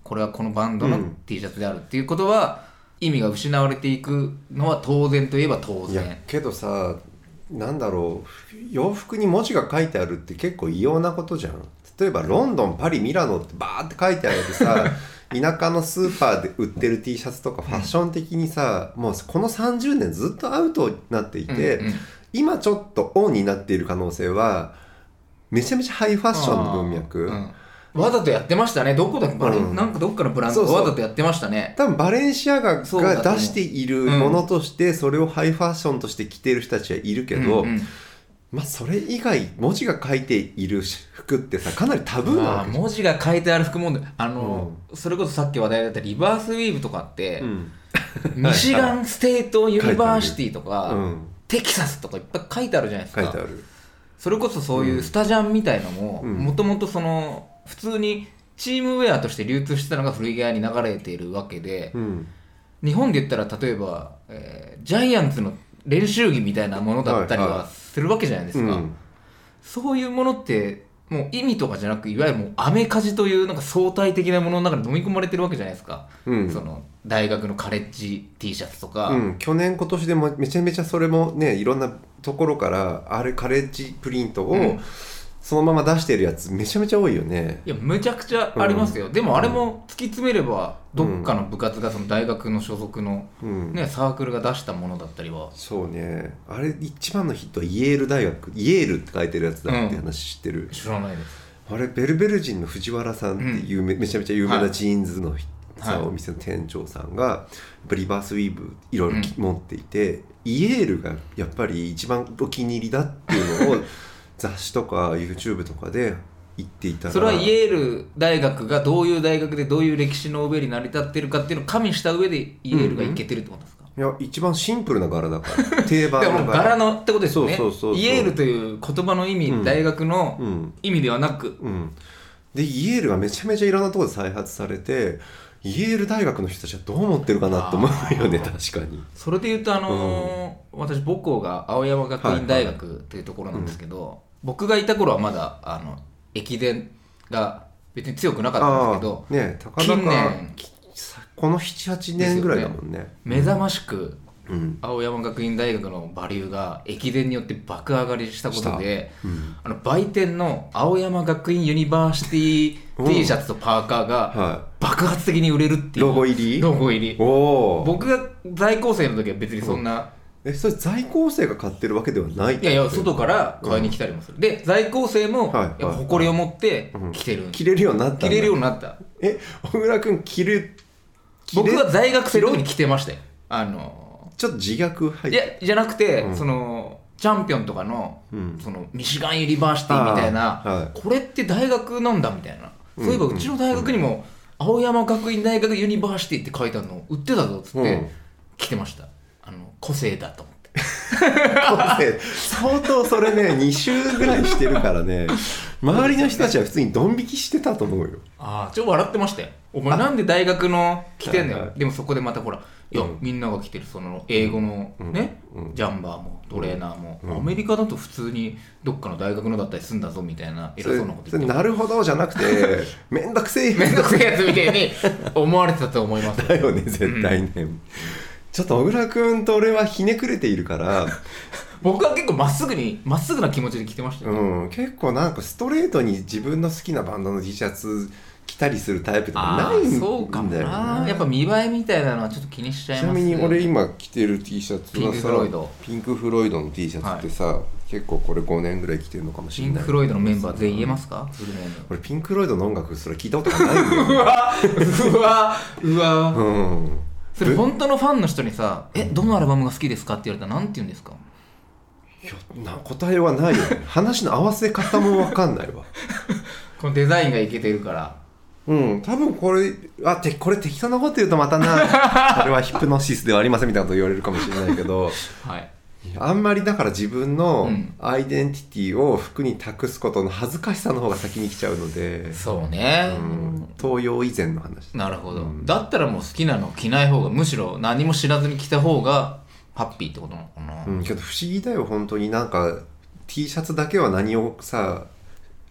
これはこのバンドの T シャツであるっていうことは、うん、意味が失われていくのは当然といえば当然。 いやけどさ、なんだろう、洋服に文字が書いてあるって結構異様なことじゃん。例えばロンドン、パリ、ミラノってバーって書いてあるさ田舎のスーパーで売ってる T シャツとかファッション的にさ、うん、もうこのさんじゅうねんずっとアウトになっていて、うんうん、今ちょっとオンになっている可能性はめちゃめちゃハイファッションの文脈、うん、 わざとやってましたね。どこだっけ、うん、なんかどっかのブランドがわざとやってましたね。 多分バレンシアガが出しているものとしてそれをハイファッションとして着ている人たちはいるけど、うんうん、まあそれ以外文字が書いている服ってさかなりタブーなわけ。 文字が書いてある服もあの、うん、それこそさっき話題だったリバースウィーブとかって、うん、ミシガンステートユニバーシティとか、うん、テキサスとかいっぱい書いてあるじゃないですか。 書いてある。 それこそそういうスタジャンみたいのももともとその普通にチームウェアとして流通してたのが古着屋に流れているわけで、うん、日本で言ったら例えば、えー、ジャイアンツの練習着みたいなものだったりはするわけじゃないですか、はいはい、うん、そういうものってもう意味とかじゃなくいわゆるもうアメカジというなんか相対的なものの中に飲み込まれてるわけじゃないですか、うん、その大学のカレッジ T シャツとか、 うん、去年今年でもめちゃめちゃそれもねいろんなところからあれカレッジプリントを、うん、そのまま出してるやつめちゃめちゃ多いよね。 いやむちゃくちゃありますよ、うん、でもあれも突き詰めればどっかの部活がその大学の所属の、うんね、サークルが出したものだったりは。 そうね、あれ一番のヒットはイエール大学、イエールって書いてるやつだって話知ってる、うん、 知らないです。 あれベルベル人の藤原さんっていう め,、うん、めちゃめちゃ有名なジーンズの、はいさお店の店長さんがやっぱリバースウィーブいろいろ持っていて、うん、イエールがやっぱり一番お気に入りだっていうのを雑誌とか YouTube とかで言っていたら、 それはイエール大学がどういう大学でどういう歴史の上に成り立ってるかっていうのを加味した上でイエールがいけてるってことですか？ うんうん、いや一番シンプルな柄だから定番の柄でも柄のってことですよね。そうそうそうそう、イエールという言葉の意味、うん、大学の意味ではなく、 うんうん、でイエールがめちゃめちゃいろんなところで再発されて、イエール大学の人たちはどう思ってるかなと思うよね。確かにそれで言うとあのーうん、私母校が青山学院大学というところなんですけど、はいはい、うん、僕がいた頃はまだあの駅伝が別に強くなかったんですけど、 ね、たかだか近年この ななはちねんぐらいだもんね、ね、 目覚ましく、うん、青山学院大学のバリューが駅伝によって爆上がりしたことで、うん、あの売店の青山学院ユニバーシティ T シャツとパーカーが爆発的に売れるっていう、 ロゴ入りロゴ入りお僕が在校生の時は別にそんな、 うん、えそれ在校生が買ってるわけではない？ いやいや外から買いに来たりもする、うん、で在校生もやっぱ誇りを持って着てる、うん、 着れるようになったんだ。 着れるようになった。 え小倉くん着る僕は在学生の時に着てましたよ。あのちょっと自虐入って、 いやじゃなくて、うん、そのチャンピオンとかの、うん、そのミシガンユニバーシティみたいな、はい、これって大学なんだみたいな、そういえばうちの大学にも青山学院大学ユニバーシティって書いてあるの売ってたぞっつって、うん、来てました。あの個性だと思って個性相当それねに週ぐらいしてるからね周りの人たちは普通にドン引きしてたと思うよ。 ああちょっと笑ってましたよ。お前なんで大学の来てんのよ、はいはい、でもそこでまたほらいや、うん、みんなが着てるその英語のね、うん、ジャンバーもトレーナーも、うん、アメリカだと普通にどっかの大学のだったりすんだぞみたいな偉そうなこと言って、 なるほどじゃなくてめんどくせえめんどくせえやつみたいに思われてたと思いますだよね絶対ね、うん、ちょっと小倉くんと俺はひねくれているから僕は結構まっすぐにまっすぐな気持ちで着てましたよ、ね、 うん、結構なんかストレートに自分の好きなバンドの T シャツ着たりするタイプとかないんだよね。 そうかもな。やっぱ見栄えみたいなのはちょっと気にしちゃいます。 ちなみに俺今着てる T シャツはさ、 ピンク・フロイドピンク・フロイドの T シャツってさ、はい、結構これごねんぐらい着てるのかもしれない。 ピンク・フロイドのメンバー全員言えますか？ 俺ピンク・フロイドの音楽すら聞いたことがないんだようわうわうわ、うん、それ本当のファンの人にさ、えどのアルバムが好きですかって言われたらなんて言うんですか？ いやな答えはないよ話の合わせ方も分かんないわこのデザインがいけてるから。 うん、多分これあてこれ適当なこと言うとまたなそれはヒプノシスではありませんみたいなこと言われるかもしれないけど、はい、あんまりだから自分のアイデンティティを服に託すことの恥ずかしさの方が先に来ちゃうので。 そうね、うん、 東洋以前の話。 なるほど、うん、だったらもう好きなの着ない方がむしろ何も知らずに着た方がハッピーってことなのかな。 うん、けど不思議だよ本当に。なんか T シャツだけは何をさ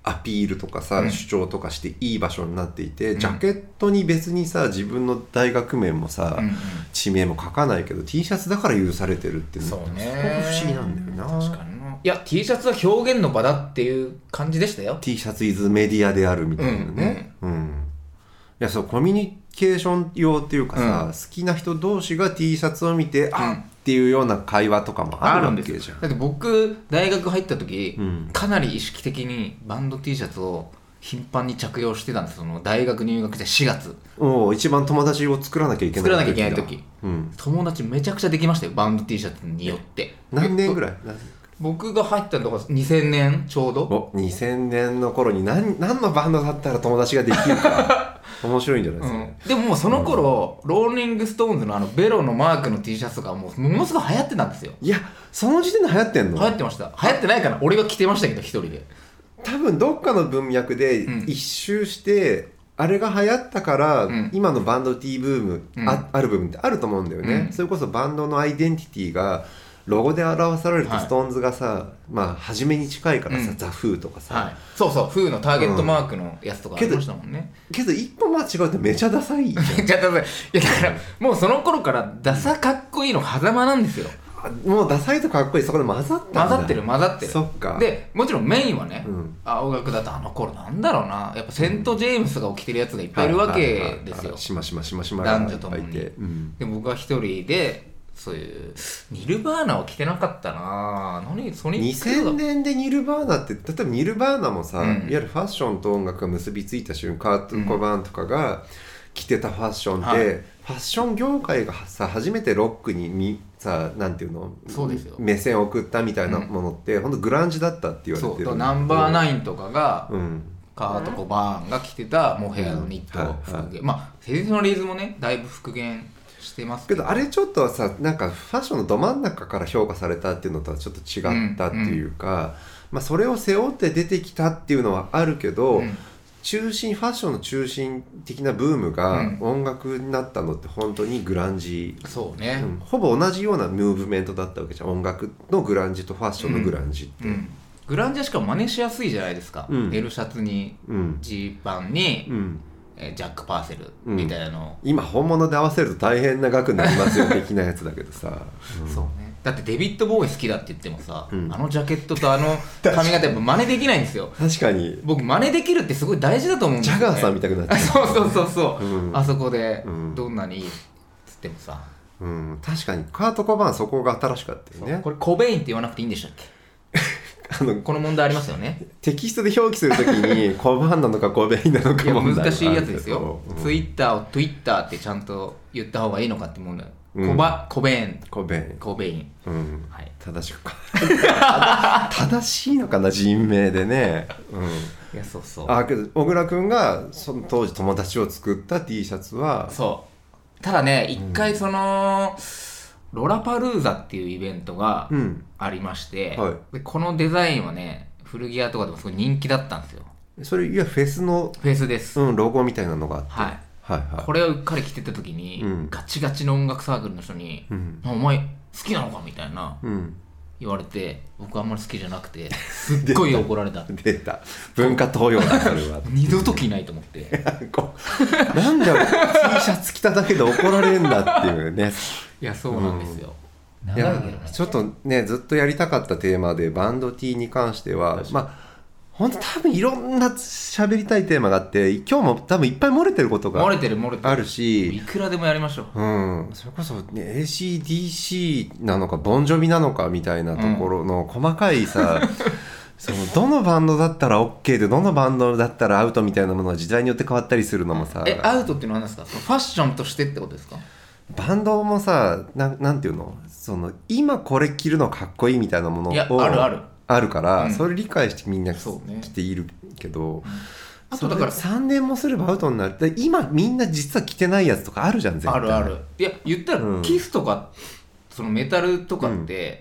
アピールとかさ、うん、主張とかしていい場所になっていて、 うん、 ジャケットに別にさ自分の大学名もさ、うんうん、地名も書かないけど T シャツだから許されてるっていうのがすごく不思議なんだよな。 確かにな。いや T シャツは表現の場だっていう感じでしたよ。 T シャツイズメディアであるみたいなね、うん、うんうん、いやそうコミュニケーション用っていうかさ、うん、好きな人同士が T シャツを見て、うん、あっていうような会話とかもあるわけじゃん。 だって僕大学入った時、うん、かなり意識的にバンド T シャツを頻繁に着用してたんです。その大学入学してしがつ、 お一番友達を作らなきゃいけない作らなきゃいけない時、うん、友達めちゃくちゃできましたよバンド T シャツによって。 何年ぐらい？ 僕が入ったのがにせんねんちょうど。 おにせんねんの頃に 何, 何のバンドだったら友達ができるか面白いんじゃないですか、ね、 うん、でももうその頃、うん、ローリングストーンズのあのベロのマークの T シャツがもうものすごい流行ってたんですよ。 いやその時点で流行ってんの？ 流行ってました。流行ってないかな、俺は着てましたけど一人で。 多分どっかの文脈で一周して、うん、あれが流行ったから、うん、今のバンド T ブーム、うん、あ, ある部分ってあると思うんだよね、うん、それこそバンドのアイデンティティがロゴで表されると、はい、ストーンズがさ、まあ初めに近いからさ、うん、ザ・フーとかさ、はい、 そうそうフーのターゲットマークのやつとかありましたもんね、 うん、けど一歩間違うってめちゃダサいじゃん。 めちゃダサい。いやだからもうその頃からダサかっこいいの狭間なんですよ。 もうダサいとかっこいいそこで混ざったんだ。 混ざってる混ざってる。 そっか。 でもちろんメインはね、うん、青学だとあの頃なんだろうな、やっぱセント・ジェームスが起きてるやつがいっぱいいるわけですよ。 しましましましま男女ともに、うん、で僕は一人でそういうニルバーナを着てなかったな。何ソニックにせんねんでニルバーナって、例えばニルバーナもさ、うん、いわゆるファッションと音楽が結びついた瞬間、カート・コバーンとかが着てたファッションって、うんはい、ファッション業界がさ初めてロックにみさなんていうの、 そうですよ、 目線を送ったみたいなものって、うん、ほんとグランジだったって言われてる。 そうナンバーナインとかが、うん、カート・コバーンが着てたモヘアのニット復元、うんはいはい、まあセーソナリーズもねだいぶ復元してますけど、けどあれちょっとさなんかファッションのど真ん中から評価されたっていうのとはちょっと違ったっていうか、うんうん、まあ、それを背負って出てきたっていうのはあるけど、うん、中心ファッションの中心的なブームが音楽になったのって本当にグランジ、 うん、そうね、 うん、ほぼ同じようなムーブメントだったわけじゃん。音楽のグランジとファッションのグランジって、うんうん、 グランジはしかも真似しやすいじゃないですか、うん、L シャツにジーパンに、うんえー、ジャック・パーセルみたいなの、 うん、今本物で合わせると大変な額になりますよ的なやつだけどさ、 うん、そうね。だってデビッド・ボーイ好きだって言ってもさ、うん、あのジャケットとあの髪型やっぱ真似できないんですよ。 確かに僕真似できるってすごい大事だと思うんですよ、ね、 ジャガーさんみたくなってそうそうそうそう、うん、あそこでどんなにいいっつってもさ、 うん、確かにカート・コバーンそこが新しかったよね。 これコベインって言わなくていいんでしたっけあのこの問題ありますよね。 テキストで表記するときにコバーンなのかコベインなのか問題難しいやつですよ、うん、ツイッターをトゥイッターってちゃんと言った方がいいのかって問題、うん、コバコベインコベインコベイン、 うんはい、正しくか正しいのかな人名でね、うん、いやそうそうあけど小倉君がその当時友達を作った T シャツはそうただね一回その、うんロラパルーザっていうイベントがありまして、うんはい、でこのデザインはね古着屋とかでもすごい人気だったんですよ。 それいわゆるフェスのフェスです、 うん、ロゴみたいなのがあって、 はいはいはい、これをうっかり着てた時に、うん、ガチガチの音楽サークルの人に、うん、お前好きなのかみたいな、うん、言われて僕あんまり好きじゃなくてすっごい怒られた出た文化東洋だそれは二度と着ないと思ってなんで T シャツ着ただけで怒られるんだっていうねいやそうなんですよ、 うん、いやちょっとねずっとやりたかったテーマでバンド T に関してはまあ本当多分いろんな喋りたいテーマがあって今日も多分いっぱい漏れてることが漏れてる漏れてるあるしいくらでもやりましょう、 うん、それこそ、ね、エーシーディーシー なのかボンジョビなのかみたいなところの細かいさ、うん、そのどのバンドだったら OK でどのバンドだったらアウトみたいなものは時代によって変わったりするのもさえアウトっていうのは何ですかそのファッションとしてってことですかバンドもさ な, なんていうのその今これ着るのかっこいいみたいなものをいやあるあるあるから、うん、それ理解してみんな着ているけど、うん、あとだからさんねんもすればアウトになる今みんな実は着てないやつとかあるじゃん絶対あるあるいや言ったら、うん、キスとかそのメタルとかって、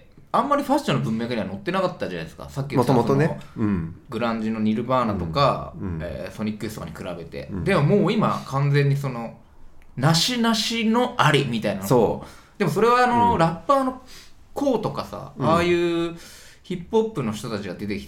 うん、あんまりファッションの文脈には載ってなかったじゃないですかさっき言ったもともとね、うん、 グランジのニルバーナとか、うんえー、ソニックユースとかに比べて、うん、でももう今完全にそのなしなしのありみたいなのそうでもそれはあの、うん、ラッパーのコーとかさ、うん、ああいうヒップホップの人たちが出てきた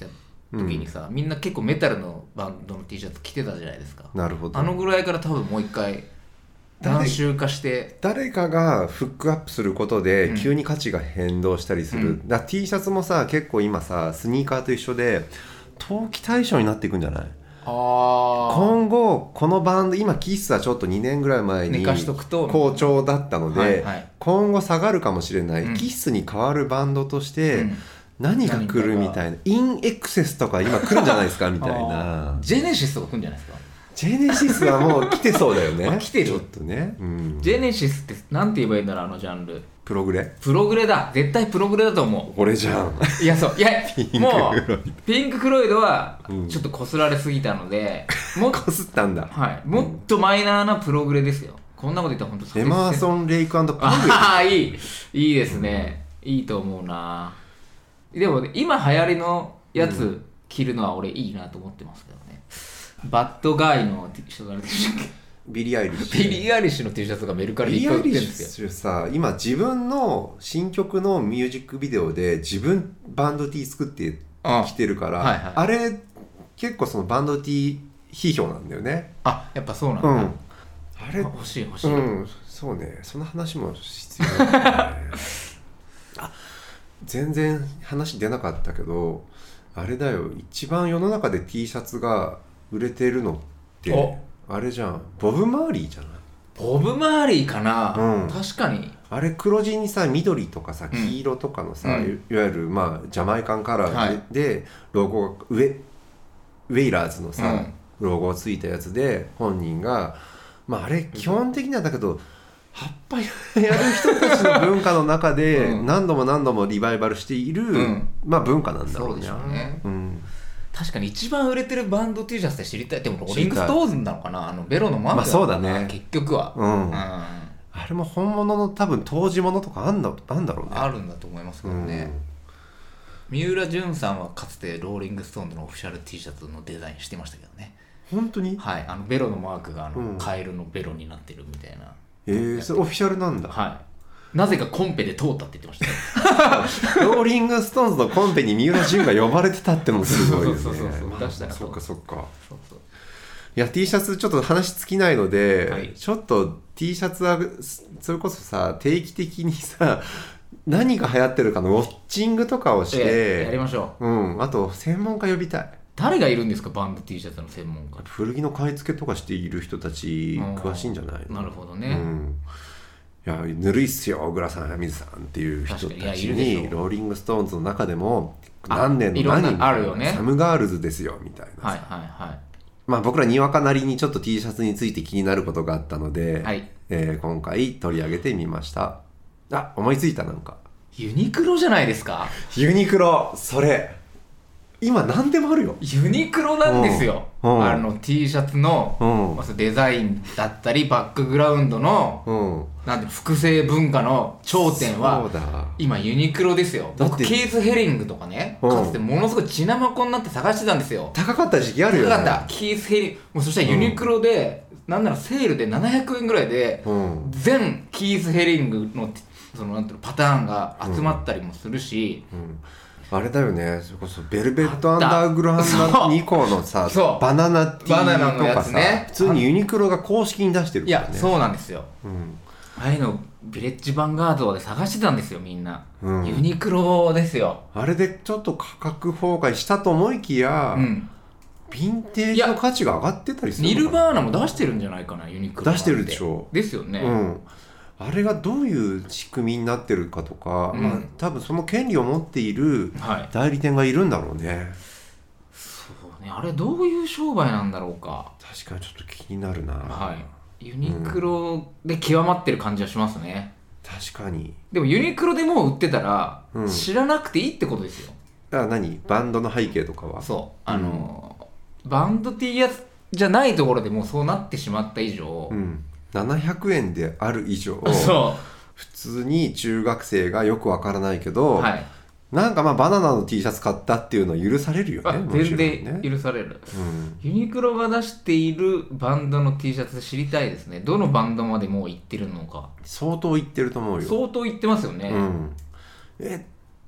時にさ、うん、みんな結構メタルのバンドの T シャツ着てたじゃないですか。 なるほど。 あのぐらいから多分もう一回断種化して誰かがフックアップすることで急に価値が変動したりする、うん、だ T シャツもさ結構今さスニーカーと一緒で投機対象になっていくんじゃない？あ今後このバンド今キッスはちょっとにねんぐらい前に好調だったので、はいはい、今後下がるかもしれない、うん、キッスに代わるバンドとして何が来るみたいな、インエクセスとか今来るんじゃないですかみたいなジェネシスとか来るんじゃないですか。 ジェネシスはもう来てそうだよね来てるちょっとね、うん、 ジェネシスってなんて言えばいいんだろうあのジャンル。 プログレプログレだ絶対プログレだと思う。俺じゃん。 いやそういやもうピンク・フロイドはちょっとこすられすぎたので、 うん、もこすったんだ。 はいもっとマイナーなプログレですよ。こんなこと言ったら本当エマーソン・レイク&パグ。 ああいいいいですね、うん、いいと思うな。でも今流行りのやつ着るのは俺いいなと思ってますけどね、うん、バッドガイの人誰でしたっけビリー・アイリッシュ。 ビリー・アイリッシュの T シャツがメルカリでいっぱい売ってるんですよ。 ビリー・アイリッシュさ今自分の新曲のミュージックビデオで自分バンド T 作ってきてるから、あ,、はいはい、あれ結構そのバンド T 批評なんだよね。 あやっぱそうなんだ、うん、 あれ欲しい欲しい、 うん、そうねその話も必要だねあ全然話出なかったけどあれだよ一番世の中で T シャツが売れてるのってあれじゃんボブ・マーリーじゃない？ ボブ・マーリーかな、うん、確かにあれ黒地にさ緑とかさ黄色とかのさ、うん、いわゆるまあジャマイカンカラーで、はい、でロゴがウェ、ウェイラーズのさ、うん、ロゴがついたやつで本人がまああれ基本的にはだけど葉っぱやる人たちの文化の中で何度も何度もリバイバルしている、うん、まあ文化なんだろうね。 そうでしょうね、うん、確かに一番売れてるバンド T シャツで知りたい。でもローリングストーンズなのかなあのベロのマークなのかな、まあ、 そうだね結局は、 うんうん、あれも本物の多分当時物とかあんだなんだろうね。 あるんだと思いますけどね、うん、三浦淳さんはかつてローリングストーンズのオフィシャル T シャツのデザインしてましたけどね。 本当に？ はいあのベロのマークがあの、うん、カエルのベロになってるみたいな。 えー、それオフィシャルなんだ。 はいなぜかコンペで通ったって言ってましたローリングストーンズのコンペに三浦淳が呼ばれてたってのもすごいよね。 そうそうそうそう、 まあ、 出したらそっかそっかそうそういや T シャツちょっと話尽きないので、はい、ちょっと T シャツはそれこそさ定期的にさ何が流行ってるかのウォッチングとかをして、 えー、やりましょう、うん、あと専門家呼びたい。 誰がいるんですかバンド T シャツの専門家。 古着の買い付けとかしている人たち詳しいんじゃないの？ なるほどね、うん、 いやぬるいっすよ小倉さんや水さんっていう人たちにローリングストーンズの中でも何年の何あるよね。 サムガールズですよみたいなさ、 はいはいはい、 まあ僕らにわかなりにちょっと T シャツについて気になることがあったので、 はいえー、今回取り上げてみました。あ思いついた。なんかユニクロじゃないですか。 ユニクロそれ今何でもあるよ。 ユニクロなんですよ、うん、あの T シャツの、うん、デザインだったりバックグラウンドの、うん、なんて複製文化の頂点は今ユニクロですよ。僕ケース・ヘリングとかね、うん、かつてものすごい血生子になって探してたんですよ。 高かった時期あるよね。 高かったケース・ヘリングもうそしたらユニクロで、うん、なんならセールでななひゃくえんぐらいで、うん、全キース・ヘリングのそのなんていうのパターンが集まったりもするし、 うんうんあれだよねそれこそベルベットアンダーグラウンドにこのさバナナティーとかさ、ね、普通にユニクロが公式に出してるからね。 いやそうなんですよ、うん、ああいうのビレッジヴァンガードで探してたんですよみんな、うん、ユニクロですよ。 あれでちょっと価格崩壊したと思いきや、うん、ヴィンテージの価値が上がってたりするのかな。 ニルバーナも出してるんじゃないかなユニクロ出してるでしょ。 ですよね、 うんあれがどういう仕組みになってるかとか、うんまあ、多分その権利を持っている代理店がいるんだろうね、はい、 そうねあれどういう商売なんだろうか。 確かにちょっと気になるな、 はい、ユニクロで極まってる感じはしますね、 うん、確かに。 でもユニクロでもう売ってたら、うん、知らなくていいってことですよ。 だから何バンドの背景とかはそうあの、うん、バンド T やじゃないところでもうそうなってしまった以上、 うんななひゃくえんである以上そう普通に中学生がよくわからないけど、 はい、 なんかまあバナナの T シャツ買ったっていうのは許されるよね。 全然許される、うん、ユニクロが出しているバンドの T シャツ知りたいですね。どのバンドまでもう行ってるのか。 相当行ってると思うよ。 相当行ってますよね、 うん、え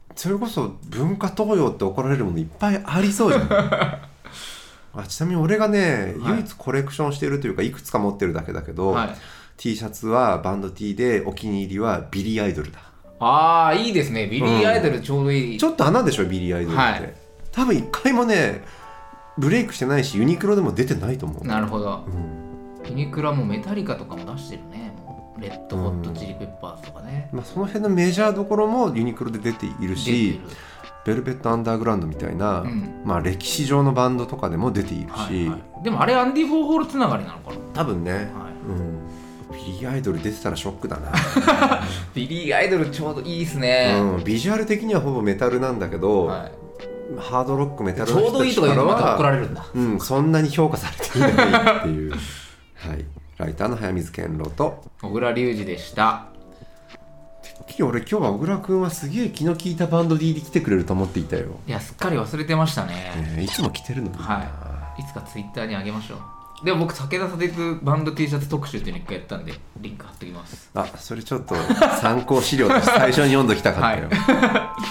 それこそ文化東洋って怒られるものいっぱいありそうじゃんあちなみに俺がね、はい、唯一コレクションしてるというかいくつか持ってるだけだけど、はい、T シャツはバンド T でお気に入りはビリー・アイドルだ。 ああいいですね、ビリー・アイドルちょうどいい、 うん、ちょっと穴でしょビリー・アイドルって、はい、多分一回もねブレイクしてないしユニクロでも出てないと思う。 なるほど、うん、ユニクロもメタリカとかも出してるね、もうレッドホットチリペッパーズとかね、 うんまあ、その辺のメジャーどころもユニクロで出ているし、ベルベットアンダーグラウンドみたいな、うんまあ、歴史上のバンドとかでも出ているし、はいはい、 でもあれアンディ・フォーホールつながりなのかな多分ね、はいうん、ビリー・アイドル出てたらショックだなビリー・アイドルちょうどいいですね、 うん、ビジュアル的にはほぼメタルなんだけど、はいハードロックメタルの人たちからはちょうどいいとか言うとまた怒られるんだ、 うん、そんなに評価されていないっていう、はい、ライターの早水健郎と小倉隆二でした。 てっきり俺今日は小倉くんはすげえ気の利いたバンド D で来てくれると思っていたよ。 いやすっかり忘れてましたね、 えー、いつも来てるのに、 はい、いつかツイッターにあげましょう。でも僕武田砂鉄バンド T シャツ特集っていうのいっかいやったんでリンク貼っておきます。 あそれちょっと参考資料として最初に読んどきたかったよ、はい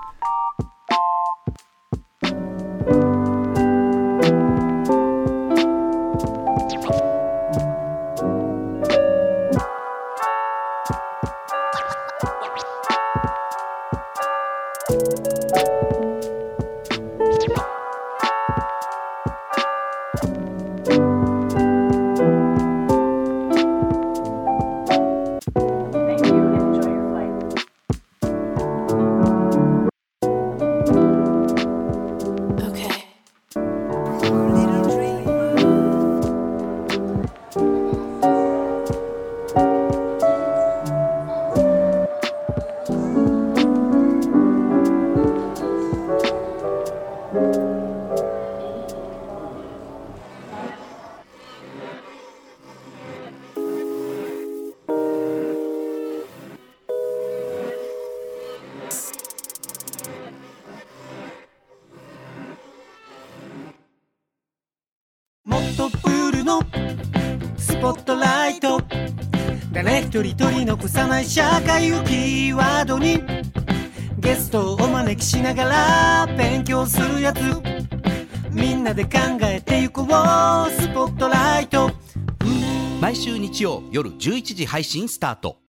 ポットライト誰一人取り残さない社会をキーワードにゲストをお招きしながら勉強するやつみんなで考えてゆこうスポットライト毎週日曜夜じゅういちじ配信スタート。